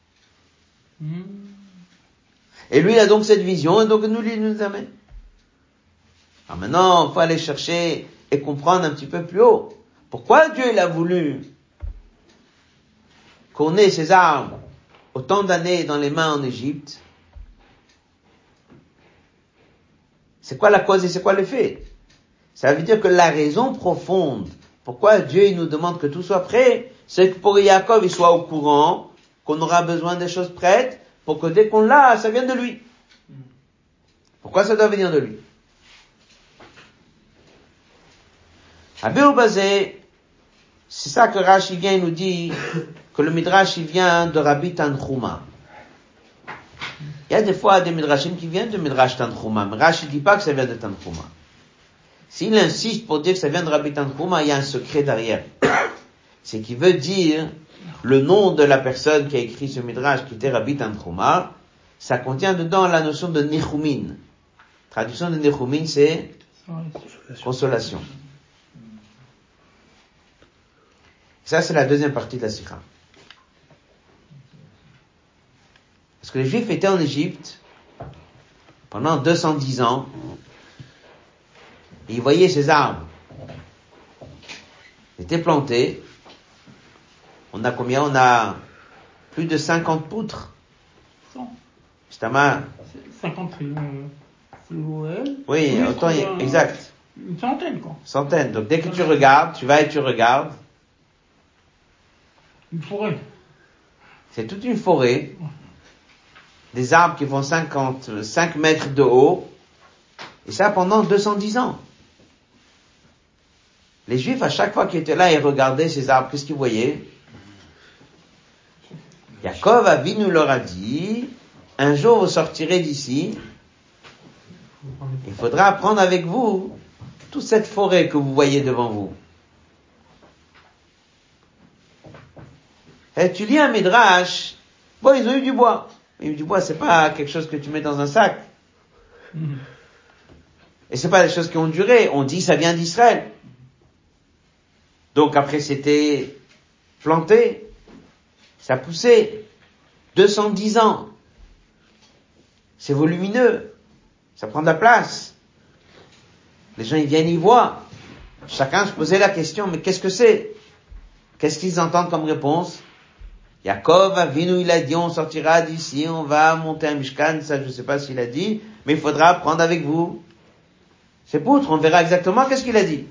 Et lui, il a donc cette vision, et donc nous, lui, il nous amène. Alors maintenant, il faut aller chercher et comprendre un petit peu plus haut. Pourquoi Dieu, il a voulu qu'on ait ces arbres autant d'années dans les mains en Égypte? C'est quoi la cause et c'est quoi l'effet? Ça veut dire que la raison profonde pourquoi Dieu il nous demande que tout soit prêt, c'est que pour Yaakov il soit au courant qu'on aura besoin des choses prêtes pour que dès qu'on l'a, ça vienne de lui. Pourquoi ça doit venir de lui? Abéou Bazé, c'est ça que Rashi vient nous dit que le Midrash il vient de Rabbi Tanchuma. Il y a des fois des Midrashim qui viennent de Midrash Tanchuma, mais Rashi dit pas que ça vient de Tanchuma. S'il insiste pour dire que ça vient de Rabbi Tanchuma, il y a un secret derrière. C'est qu'il veut dire le nom de la personne qui a écrit ce Midrash, qui était Rabbi Tanchuma, ça contient dedans la notion de Nechumin. Traduction de Nechumin, c'est consolation. consolation. Ça, c'est la deuxième partie de la Sikha. Parce que les Juifs étaient en Égypte pendant deux cent dix ans, et ils voyaient ces arbres. Ils étaient plantés. On a combien? On a plus de cinquante poutres. cent. Justement. cinquante euh, Oui, autant, euh, exact. Une centaine, quoi. Centaine. Donc dès que tu regardes, tu vas et tu regardes. Une forêt. C'est toute une forêt. Des arbres qui font cinquante, cinq mètres de haut. Et ça pendant deux cent dix ans. Les Juifs, à chaque fois qu'ils étaient là et regardaient ces arbres, qu'est-ce qu'ils voyaient? Yaakov Avinu leur a dit, un jour vous sortirez d'ici, il faudra prendre avec vous toute cette forêt que vous voyez devant vous. Et tu lis un Midrash, bon, ils ont eu du bois. Mais du bois, c'est pas quelque chose que tu mets dans un sac. Mm. Et c'est pas des choses qui ont duré. On dit, ça vient d'Israël. Donc après, c'était planté. Ça poussait. deux cent dix ans. C'est volumineux. Ça prend de la place. Les gens, ils viennent y voir. Chacun se posait la question, mais qu'est-ce que c'est? Qu'est-ce qu'ils entendent comme réponse? Yaakov Avinu, il a dit, on sortira d'ici, on va monter un Mishkan, ça je ne sais pas s'il a dit, mais il faudra prendre avec vous ces poutres, on verra exactement qu'est-ce qu'il a dit.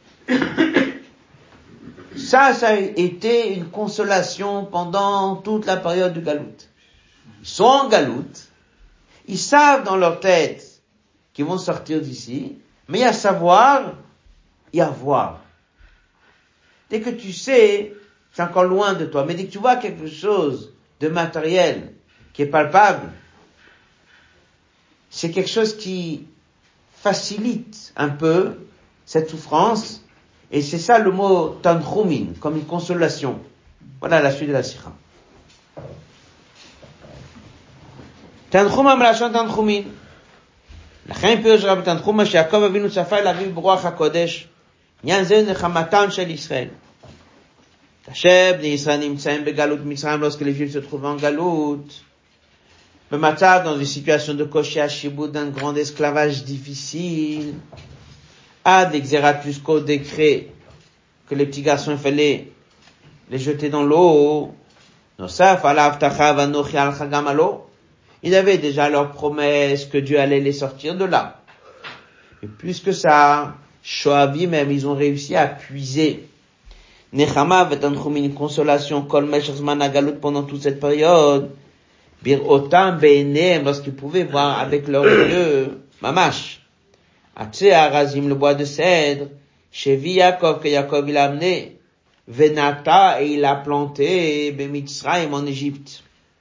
Ça, ça a été une consolation pendant toute la période du Galout. Ils sont en Galout, ils savent dans leur tête qu'ils vont sortir d'ici, mais il y a savoir, il y a voir. Dès que tu sais, c'est encore loin de toi, mais dès que tu vois quelque chose de matériel, qui est palpable, c'est quelque chose qui facilite un peu cette souffrance, et c'est ça le mot tanchumin, comme une consolation. Voilà la suite de la sikha. Tanchumam lachon tanchumin. לכן פירוש רבי תנחומא שיעקב אבינו צפה אל אביו ברוח הקודש, עניין זה נחמתם של ישראל. כאשר בני ישראל נמצאים בגלות מצרים, lorsque les Juifs se trouvent en galoute, במצב, dans une situation de koshi hashibut, d'un grand esclavage difficile, à l'exérat jusqu'au décret que les petits garçons, il fallait les jeter dans l'eau, nosaf ala avtacha vanochi al chagam alo, ils avaient déjà leur promesse que Dieu allait les sortir de là. Et plus que ça, Shoavi même, ils ont réussi à puiser Nechama vetanchum, une consolation, kol meshach zman hagalut, pendant toute cette période, bir otam be'enem, lorsqu'ils pouvaient voir avec leurs yeux, mamash, atse arazim, le bois de cèdre, chevi Yaakov, que Yaakov il a amené, venata, et il a planté, bemitzraim, en Égypte.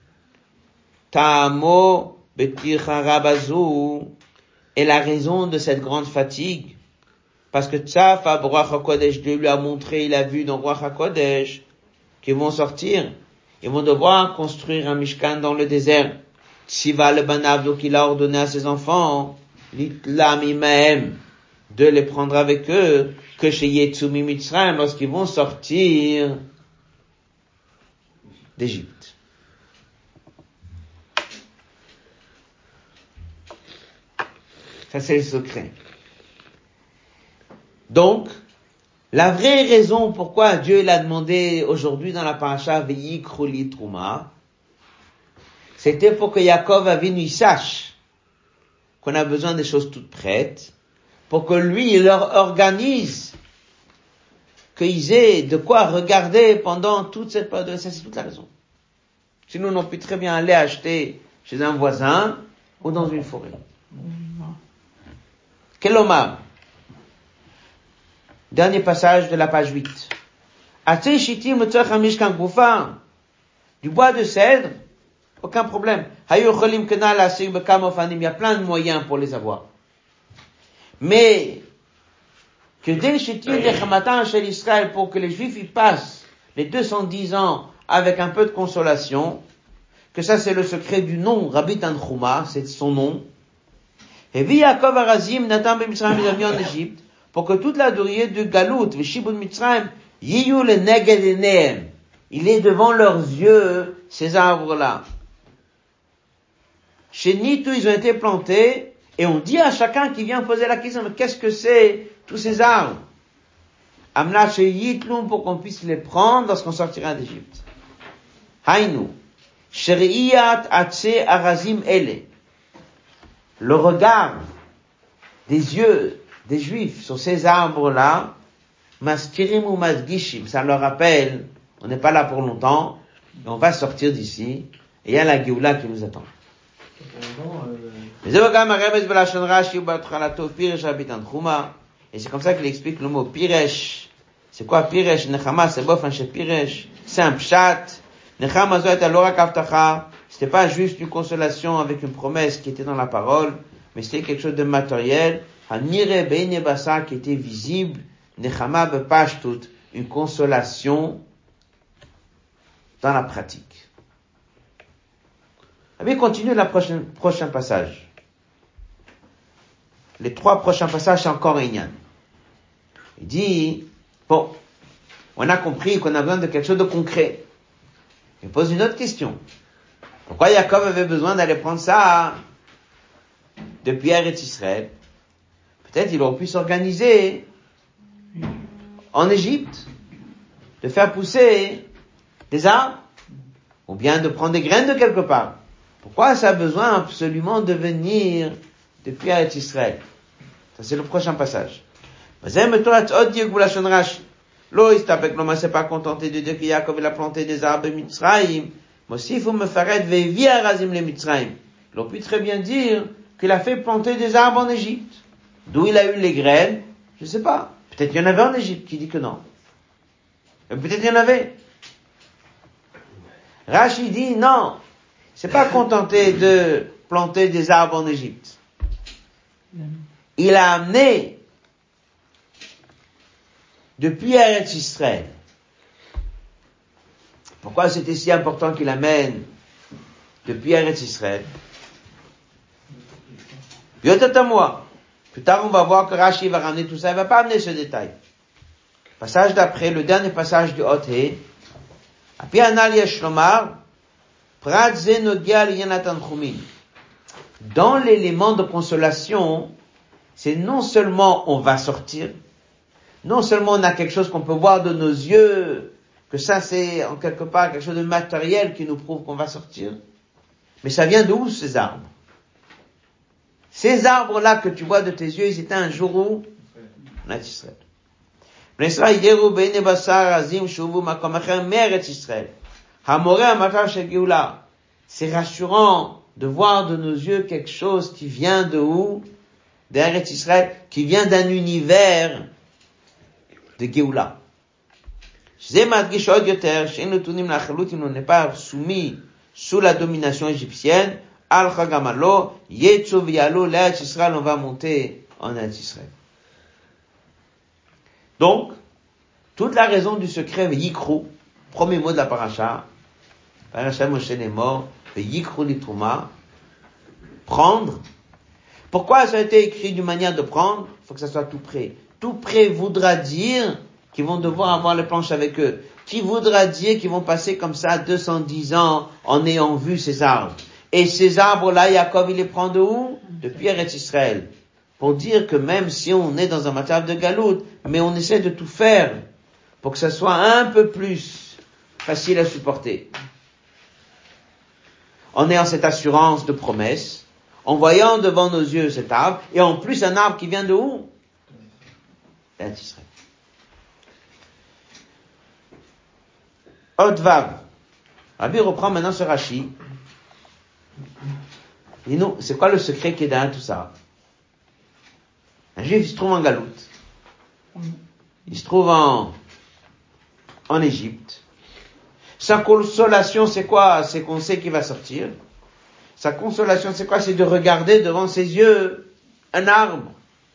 Ta'amo betircha rabazu, et la raison de cette grande fatigue, parce que Tzaf, Ruach HaKodesh, Dieu lui a montré, il a vu dans Ruach HaKodesh, qu'ils vont sortir, ils vont devoir construire un Mishkan dans le désert. Tziva le Banav, donc il a ordonné à ses enfants, l'Itlam imahem, de les prendre avec eux, que chez Yetzumi Mitzrayim, lorsqu'ils vont sortir d'Égypte. Ça, c'est le secret. Donc, la vraie raison pourquoi Dieu l'a demandé aujourd'hui dans la paracha Vayikru li Truma, c'était pour que Yaakov Avinu sache qu'on a besoin des choses toutes prêtes, pour que lui, il leur organise qu'ils aient de quoi regarder pendant toute cette période. Ça, c'est toute la raison. Sinon, on peut très bien aller acheter chez un voisin ou dans une forêt. Quel homme? Dernier passage de la page huit. Du bois de cèdre, aucun problème. Il y a plein de moyens pour les avoir. Mais, que dès chez l'Israël, pour que les Juifs y passent les deux cent dix ans avec un peu de consolation, que ça c'est le secret du nom, Rabbi Tanchuma, c'est son nom. Et Yaakov Arazim, Natan ben Mitzrayim, il a mis en Égypte, pour que toute la durée de Galout, Veshibud Mitzrayim, Yiyu le Neged Enehem, il est devant leurs yeux, ces arbres-là. Chez Nitu, ils ont été plantés, et on dit à chacun qui vient poser la question, mais qu'est-ce que c'est, tous ces arbres? Amna chez Yitlum, pour qu'on puisse les prendre lorsqu'on sortira d'Égypte. Hainu, Sheri'iyat Atse Arazim Ele. Le regard des yeux des Juifs sur ces arbres-là, maskirim ou masgishim, ça leur rappelle, on n'est pas là pour longtemps, mais on va sortir d'ici, et il y a la Géoula qui nous attend. Et c'est comme ça qu'il explique le mot Piresh. C'est quoi Piresh? Nechama, c'est bof, chez Piresh. C'est un pshat. Nechama zo et alora kaftacha. C'était pas juste une consolation avec une promesse qui était dans la parole, mais c'était quelque chose de matériel. Hanire beine basa, qui était visible. Nechama bepashtut, une consolation dans la pratique. Allez, continue le prochain, prochain passage. Les trois prochains passages, c'est encore Inyan. Il dit, bon, on a compris qu'on a besoin de quelque chose de concret. Il pose une autre question. Pourquoi Yaakov avait besoin d'aller prendre ça depuis Eretz Israël? Peut-être il aurait pu s'organiser en Égypte, de faire pousser des arbres, ou bien de prendre des graines de quelque part. Pourquoi ça a besoin absolument de venir depuis Eretz Israël? Ça c'est le prochain passage. Lo istapek l'homme s'est pas contenté de dire que Yaakov il a planté des arbres Mitzrayim. Mais aussi, il faut me faire être vevi arazim le Mitzrayim. Il aurait pu très bien dire qu'il a fait planter des arbres en Égypte. D'où il a eu les graines, je sais pas. Peut-être qu'il y en avait en Égypte, qui dit que non. Et peut-être qu'il y en avait. Rashi dit non. C'est pas contenté de planter des arbres en Égypte. Il a amené depuis Eretz Israël. Pourquoi c'était si important qu'il amène depuis Eretz Israël? Biotatamoi. Plus tard, on va voir que Rashi va ramener tout ça, il va pas amener ce détail. Passage d'après, le dernier passage du Hot-He. Api anal yesh lomar, prat ze nogia liyanatan chumin. Dans l'élément de consolation, c'est non seulement on va sortir, non seulement on a quelque chose qu'on peut voir de nos yeux, que ça c'est en quelque part quelque chose de matériel qui nous prouve qu'on va sortir, mais ça vient d'où ces arbres? Ces arbres-là que tu vois de tes yeux, ils étaient un jour où? En Israël. C'est rassurant de voir de nos yeux quelque chose qui vient de où? D'Eretz Israël, qui vient d'un univers de Géoula. On n'est pas soumis sous la domination égyptienne. Al Chagamalo, Yetzo Vialo, l'Eretz Israël, on va monter en Eretz Israël. Donc, toute la raison du secret, Yikru, premier mot de la paracha, paracha Moshe est mort, Yikru Litruma, prendre. Pourquoi ça a été écrit d'une manière de prendre? Il faut que ça soit tout près. Tout près voudra dire qu'ils vont devoir avoir les planches avec eux. Qui voudra dire qu'ils vont passer comme ça deux cent dix ans en ayant vu ces arbres. Et ces arbres-là, Yaakov, il les prend de où? Depuis Eretz Israël. Pour dire que même si on est dans un matériel de galoute, mais on essaie de tout faire pour que ça soit un peu plus facile à supporter. En ayant cette assurance de promesse, en voyant devant nos yeux cet arbre, et en plus un arbre qui vient de où? D'Eretz Israël. Odvav. Rabbi reprend maintenant ce Rashi. Et nous, c'est quoi le secret qui est derrière tout ça? Un juif, il se trouve en galoute. Il se trouve en, en Égypte. Sa consolation, c'est quoi? C'est qu'on sait qu'il va sortir. Sa consolation, c'est quoi? C'est de regarder devant ses yeux un arbre.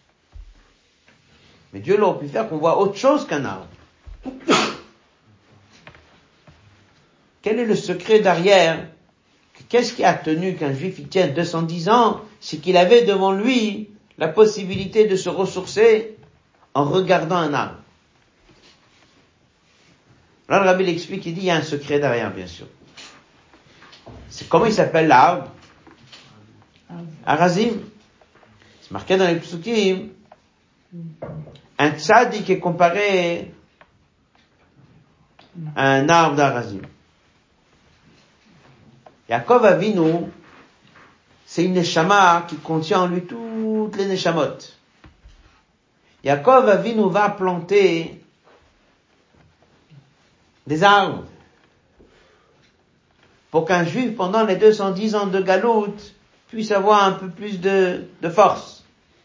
Mais Dieu l'aurait pu faire qu'on voit autre chose qu'un arbre. Quel est le secret derrière? Qu'est-ce qui a tenu qu'un juif il tienne deux cent dix ans? C'est qu'il avait devant lui la possibilité de se ressourcer en regardant un arbre. Là, le Rabbi l'explique, il dit, il y a un secret derrière, bien sûr. C'est comment il s'appelle l'arbre? Arazim. C'est marqué dans les psukim. Un tzaddik est comparé à un arbre d'Arazim. Yaakov Avinu, c'est une neshama qui contient en lui toutes les neshamot. Yaakov Avinu va planter des arbres pour qu'un juif, pendant les deux cent dix ans de galoute, puisse avoir un peu plus de, de force.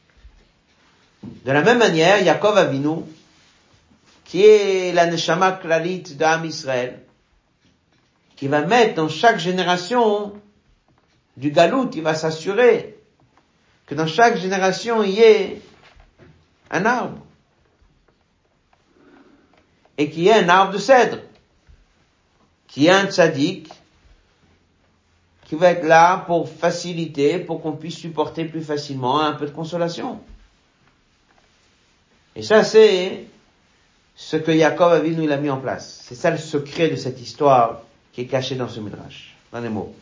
De la même manière, Yaakov Avinu, qui est la neshama klalit d'Am Israël, qui va mettre dans chaque génération du galout, il va s'assurer que dans chaque génération, il y ait un arbre. Et qu'il y ait un arbre de cèdre. Qu'il y ait un tzaddik qui va être là pour faciliter, pour qu'on puisse supporter plus facilement un peu de consolation. Et ça, c'est ce que Yaakov Avinu il a mis en place. C'est ça le secret de cette histoire qui est caché dans ce midrash, dans les mots.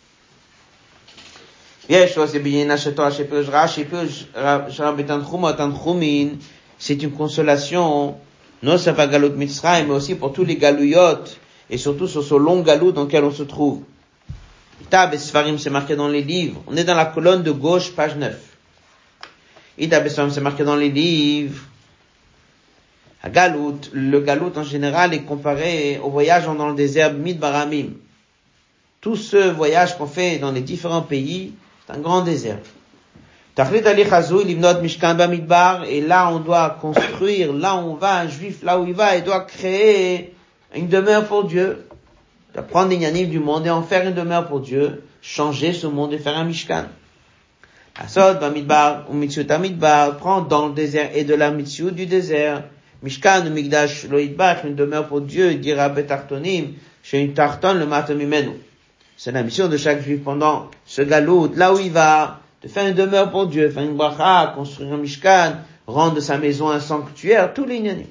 C'est une consolation, non seulement galout Mitzrayim, mais aussi pour tous les galouyot, et surtout sur ce long galout dans lequel on se trouve. Ita Besfarim, c'est marqué dans les livres. On est dans la colonne de gauche, page neuf. Ita Besfarim, c'est marqué dans les livres. À Galout, le Galout en général est comparé au voyage dans le désert Midbaramim. Tout ce voyage qu'on fait dans les différents pays, c'est un grand désert. Tachlit Ali Chazou, Limnot Mishkan Bamidbar, et là on doit construire, là où on va, un juif, là où il va, il doit créer une demeure pour Dieu. Il doit prendre les yanim du monde et en faire une demeure pour Dieu, changer ce monde et faire un Mishkan. Asod Bamidbar, ou Mitzvot Amidbar, prendre dans le désert et de la Mitzvot du désert, Mishkan ou Migdash lo yitbach, une demeure pour Dieu, dira betartonim, chez une tarton le matamimenu. C'est la mission de chaque juif pendant ce galout, là où il va, de faire une demeure pour Dieu, faire une bracha, construire un mishkan, rendre de sa maison un sanctuaire, tous les inyanim.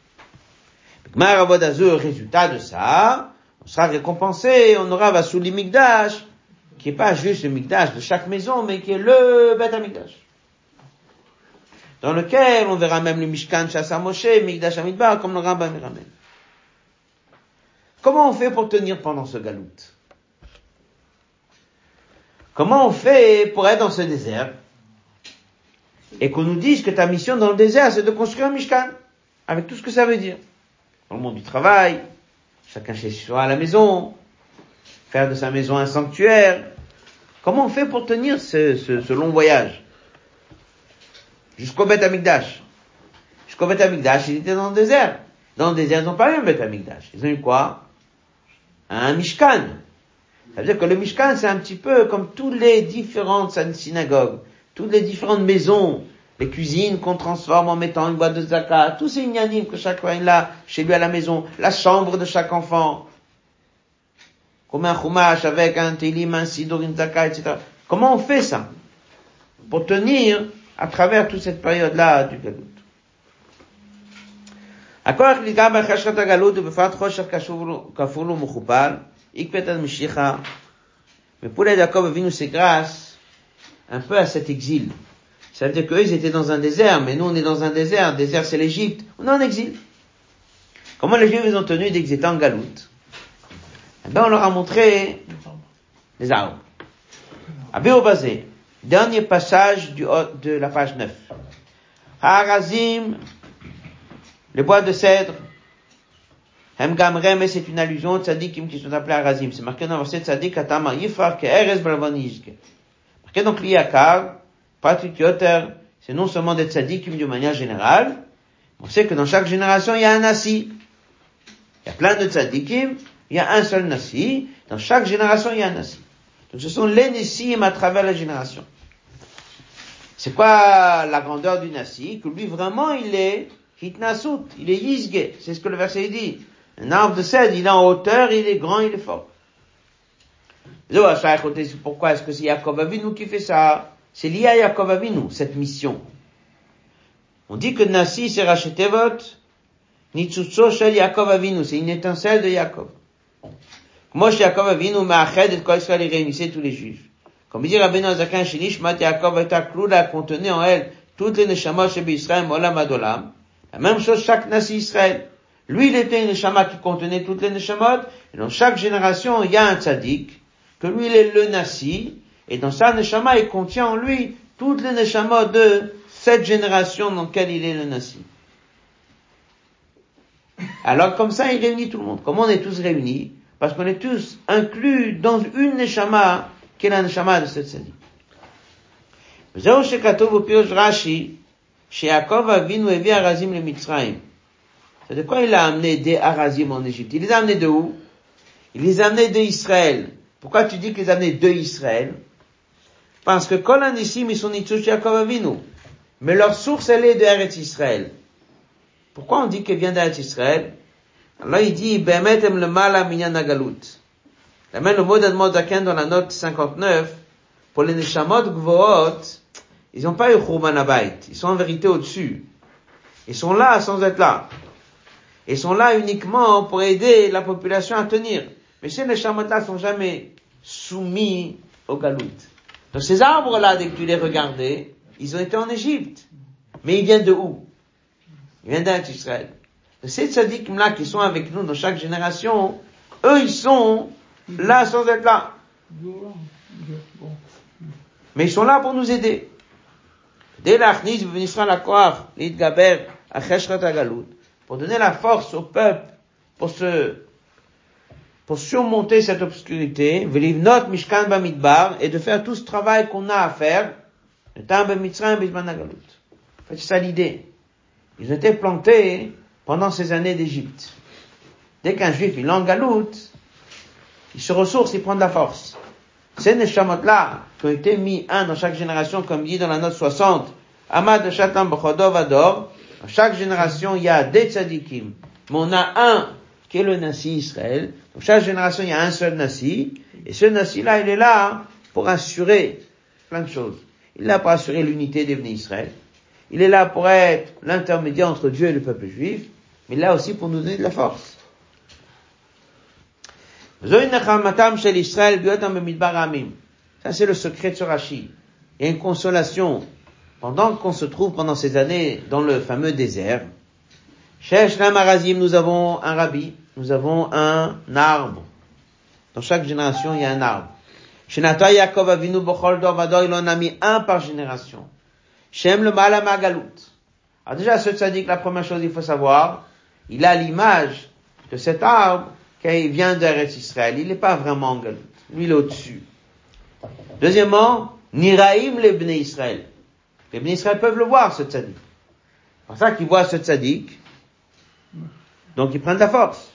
Résultat de ça, on sera récompensé, on aura Vasuli Mikdash, qui est pas juste le Mikdash de chaque maison, mais qui est le Beth HaMikdash. Dans lequel on verra même le Mishkan Shasa Moshe, Mikdash Hamidbar, comme le Rambam y ramène. Comment on fait pour tenir pendant ce galout? Comment on fait pour être dans ce désert? Et qu'on nous dise que ta mission dans le désert, c'est de construire un Mishkan, avec tout ce que ça veut dire. Dans le monde du travail, chacun chez soi à la maison, faire de sa maison un sanctuaire. Comment on fait pour tenir ce, ce, ce long voyage? Jusqu'au Beth HaMikdash. Jusqu'au Beth HaMikdash, ils étaient dans le désert. Dans le désert, ils n'ont pas eu un Beth HaMikdash. Ils ont eu quoi? Un Mishkan. Ça veut dire que le Mishkan, c'est un petit peu comme toutes les différentes synagogues, toutes les différentes maisons, les cuisines qu'on transforme en mettant une boîte de zakat, tous ces inyanim que chacun a chez lui à la maison, la chambre de chaque enfant, comme un chumash avec un télim, un sidour, une zakat, et cetera. Comment on fait ça? Pour tenir à travers toute cette période-là du galout. הכוח ניכר בחשכת הגלות ובפרט חושך כפול ומכופל, יקפת עד משיחה, ופעולה יעקב אבינו c'est grâce un peu à cet exil. Ça veut dire qu'eux ils étaient dans un désert, mais nous on est dans un désert, le désert c'est l'Égypte, on est en exil. Comment les Juifs ils ont tenu dès qu'ils étaient en galoute? Eh ben on leur a montré les arbres. Abéo Bazé, dernier passage du, de la page neuf. Ha'arazim, les bois de cèdre. Hem gamrem, c'est une allusion aux tzadikim qui sont appelés Harazim. C'est marqué dans le verset tzadik atama yifar ke'erez b'lavon yizke. Marqué donc l'Iyakar, Patrick Yoter, c'est non seulement des tzadikim de manière générale. On sait que dans chaque génération, il y a un nasi. Il y a plein de tzadikim, il y a un seul nasi. Dans chaque génération, il y a un nasi. Donc ce sont les nassim à travers la génération. C'est quoi la grandeur du nasi? Que lui vraiment, il est hitnasut, il est yizge. C'est ce que le verset dit. Un arbre de cèdre, il est en hauteur, il est grand, il est fort. Pourquoi est-ce que c'est Yaakov Avinu qui fait ça? C'est lié à Yaakov Avinu, cette mission. On dit que Nasi, c'est Rachetevot, Nitzutso Shel Yaakov Avinu, c'est une étincelle de Yaakov. Moi, chez Yaakov Avinu, Ma'ached et Kol Israël, il réunissait tous les Juifs. Comme il dit Rabbeinu Azakan, Shinishmat Yaakov et Akloula contenait en elle toutes les Neshamot chez Israël, Olam Adolam. La même chose, chaque Nasi Israël. Lui, il était une Neshama qui contenait toutes les Neshamot, et dans chaque génération, il y a un tzaddik, que lui, il est le Nasi, et dans sa Neshama, il contient en lui toutes les Neshamot de cette génération dans laquelle il est le Nasi. Alors, comme ça, il réunit tout le monde. Comment on est tous réunis? Parce qu'on est tous inclus dans une Neshama, qui est la Neshama de cette tzaddik. Zéro shekatov au pioche Rashi, chez Yaakov Avinu evi Harazim le Mitzrayim. C'est de quoi il a amené des Harazim en Égypte? Il les a amenés de où? Il les a amenés d'Israël. Pourquoi tu dis qu'il les a amenés de Israël? Parce que Kol Anissim, ils sont Nitzush Yaakov Avinu. Mais leur source, elle est de Eretz Israël. Pourquoi on dit qu'elle vient d'Eretz Israël? Alors il dit, Be'emet em le mala minyan hagalut. Il amène le mot d'Admor Zaken dans la note cinquante-neuf. Pour les Neshamot Gvoot, ils n'ont pas eu Churban Abayit. Ils sont en vérité au-dessus. Ils sont là sans être là. Ils sont là uniquement pour aider la population à tenir. Mais ces Neshamot-là sont jamais soumis au galout. Donc ces arbres-là, dès que tu les regardais, ils ont été en Égypte. Mais ils viennent de où? Ils viennent d'Eretz Israël. Ces tzadikim-là qui sont avec nous dans chaque génération, eux, ils sont là sans être là. Mais ils sont là pour nous aider. Dès l'achnis, vous venez la croire, l'idgaber, à cheshrat agalout, pour donner la force au peuple, pour se, pour surmonter cette obscurité, velivnot mishkan bamidbar, et de faire tout ce travail qu'on a à faire, le temps b'mitzrayim b'zman agalout. En fait, c'est ça l'idée. Ils ont été plantés pendant ces années d'Égypte. Dès qu'un juif, il est en galoute, il se ressource, il prend de la force. Ces neshamot-là, qui ont été mis un dans chaque génération, comme dit dans la note soixante, Amad Shatam B'chodov Ador, dans chaque génération, il y a des tzadikim. Mais on a un qui est le Nasi Israël. Dans chaque génération, il y a un seul Nasi. Et ce Nasi-là, il est là pour assurer plein de choses. Il est là pour assurer l'unité des Bnei Israël. Il est là pour être l'intermédiaire entre Dieu et le peuple juif, mais là aussi pour nous donner de la force. Ça, c'est le secret de ce Rashi. Il y a une consolation pendant qu'on se trouve pendant ces années dans le fameux désert. Shesh Lam Harazim, nous avons un rabbi, nous avons un arbre. Dans chaque génération, il y a un arbre. Shenata Yaakov Avinu B'chol Dor Vador, il en a mis un par génération. Shem le Malama Galut. Alors déjà, ce tzaddik, la première chose, il faut savoir, il a l'image de cet arbre qui vient d'Eretz Israël. Il n'est pas vraiment en Galut. Lui, il est au-dessus. Deuxièmement, Niraim les Bnei Israël. Les Bnei Israël peuvent le voir, ce tzaddik. C'est pour ça qu'ils voient ce tzaddik. Donc, ils prennent de la force.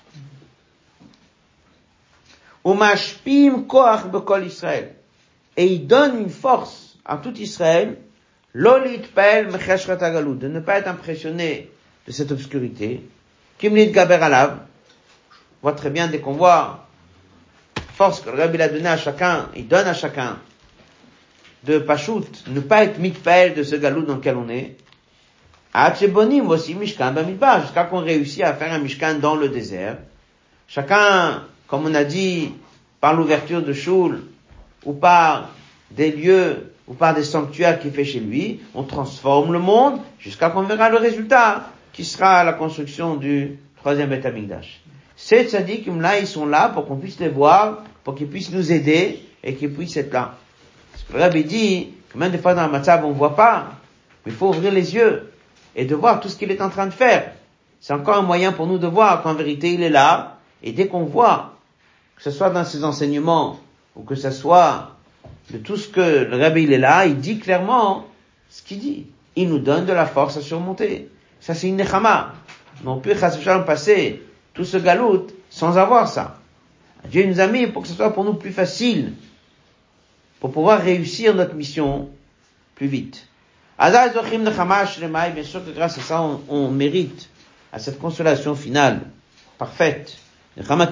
Umashpim koach bekol Israël. Et il donne une force à tout Israël, lolit pel mecheshrat hagalut, de ne pas être impressionné de cette obscurité. Kimlit gaber alav. On voit très bien dès qu'on voit la force que le Rabbi a donnée à chacun, il donne à chacun de Pachout, ne pas être mitpael de ce galut dans lequel on est. Achebonim aussi mishkan bamidbar, jusqu'à qu'on réussit à faire un mishkan dans le désert. Chacun, comme on a dit, par l'ouverture de Shul, ou par des lieux, ou par des sanctuaires qu'il fait chez lui, on transforme le monde, jusqu'à qu'on verra le résultat, qui sera la construction du troisième Beth Amikdash. Ces tzadikim là, ils sont là pour qu'on puisse les voir, pour qu'ils puissent nous aider, et qu'ils puissent être là. Parce que le Rabbi dit, que même des fois dans la matzav, on ne voit pas, mais il faut ouvrir les yeux, et de voir tout ce qu'il est en train de faire. C'est encore un moyen pour nous de voir qu'en vérité il est là, et dès qu'on voit, que ce soit dans ses enseignements, ou que ce soit de tout ce que le Rabbi il est là, il dit clairement ce qu'il dit. Il nous donne de la force à surmonter. Ça c'est une nechama. On peut passer tout ce galout sans avoir ça. Dieu nous a mis pour que ce soit pour nous plus facile, pour pouvoir réussir notre mission plus vite. Bien sûr que grâce à ça, on, on mérite à cette consolation finale, parfaite. La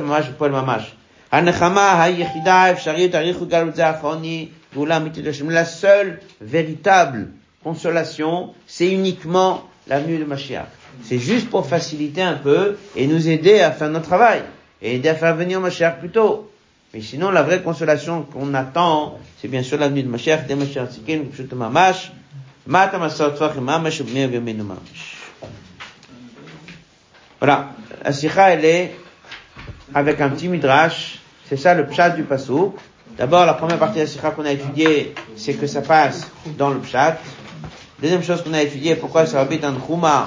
seule véritable consolation, c'est uniquement la venue de Mashiach. C'est juste pour faciliter un peu et nous aider à faire notre travail et aider à faire venir Mashiach plus tôt. Mais sinon, la vraie consolation qu'on attend, c'est bien sûr la venue de Mashiach, de Mashiach Tzikin, Pshut Mamash. Voilà, la sikha elle est avec un petit midrash, c'est ça le pshat du pasuk. D'abord la première partie de la sikha qu'on a étudiée, c'est que ça passe dans le pshat. Deuxième chose qu'on a étudiée, pourquoi ça habite en Chouma,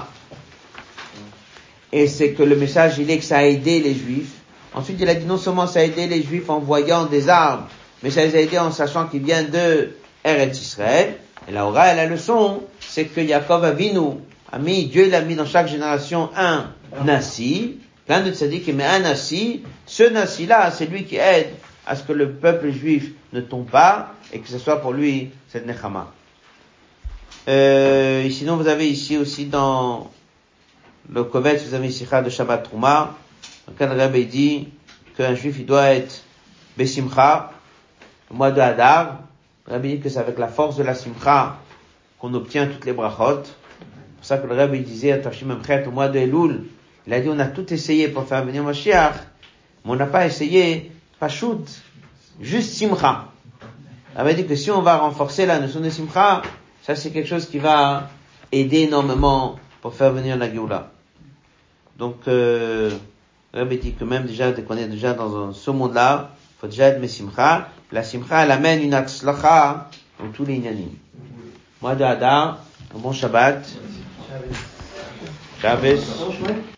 et c'est que le message il est que ça a aidé les juifs. Ensuite il a dit non seulement ça a aidé les juifs en voyant des arbres, mais ça les a aidés en sachant qu'ils viennent de Eretz Israël. Et la aura et la leçon, c'est que Yaakov Avinu a mis, Dieu il a mis dans chaque génération un Nassi, plein de tzaddik, mais un Nassi. Ce Nassi-là, c'est lui qui aide à ce que le peuple juif ne tombe pas, et que ce soit pour lui cette Nechama. Euh, et sinon vous avez ici aussi dans le Kovetz, vous avez une sikha de Shabbat Trouma, dans lequel le Rabbi dit qu'un juif il doit être Besimcha, le mois de Hadar. Le Rabbi dit que c'est avec la force de la simcha qu'on obtient toutes les brachot. C'est pour ça que le Rabbi disait à Tashim Emchet au mois de Elul, il a dit on a tout essayé pour faire venir Mashiach, mais on n'a pas essayé Pashut, juste simcha. Il avait dit que si on va renforcer la notion de simcha, ça c'est quelque chose qui va aider énormément pour faire venir la Géoula. Donc, euh, le Rabbi dit que même déjà, dès qu'on est déjà dans ce monde-là, il faut déjà être Mesimcha. La simcha, elle amène une atzlacha dans tous les inyanim. Mois de Hadar, un bon Shabbat. Shabbos.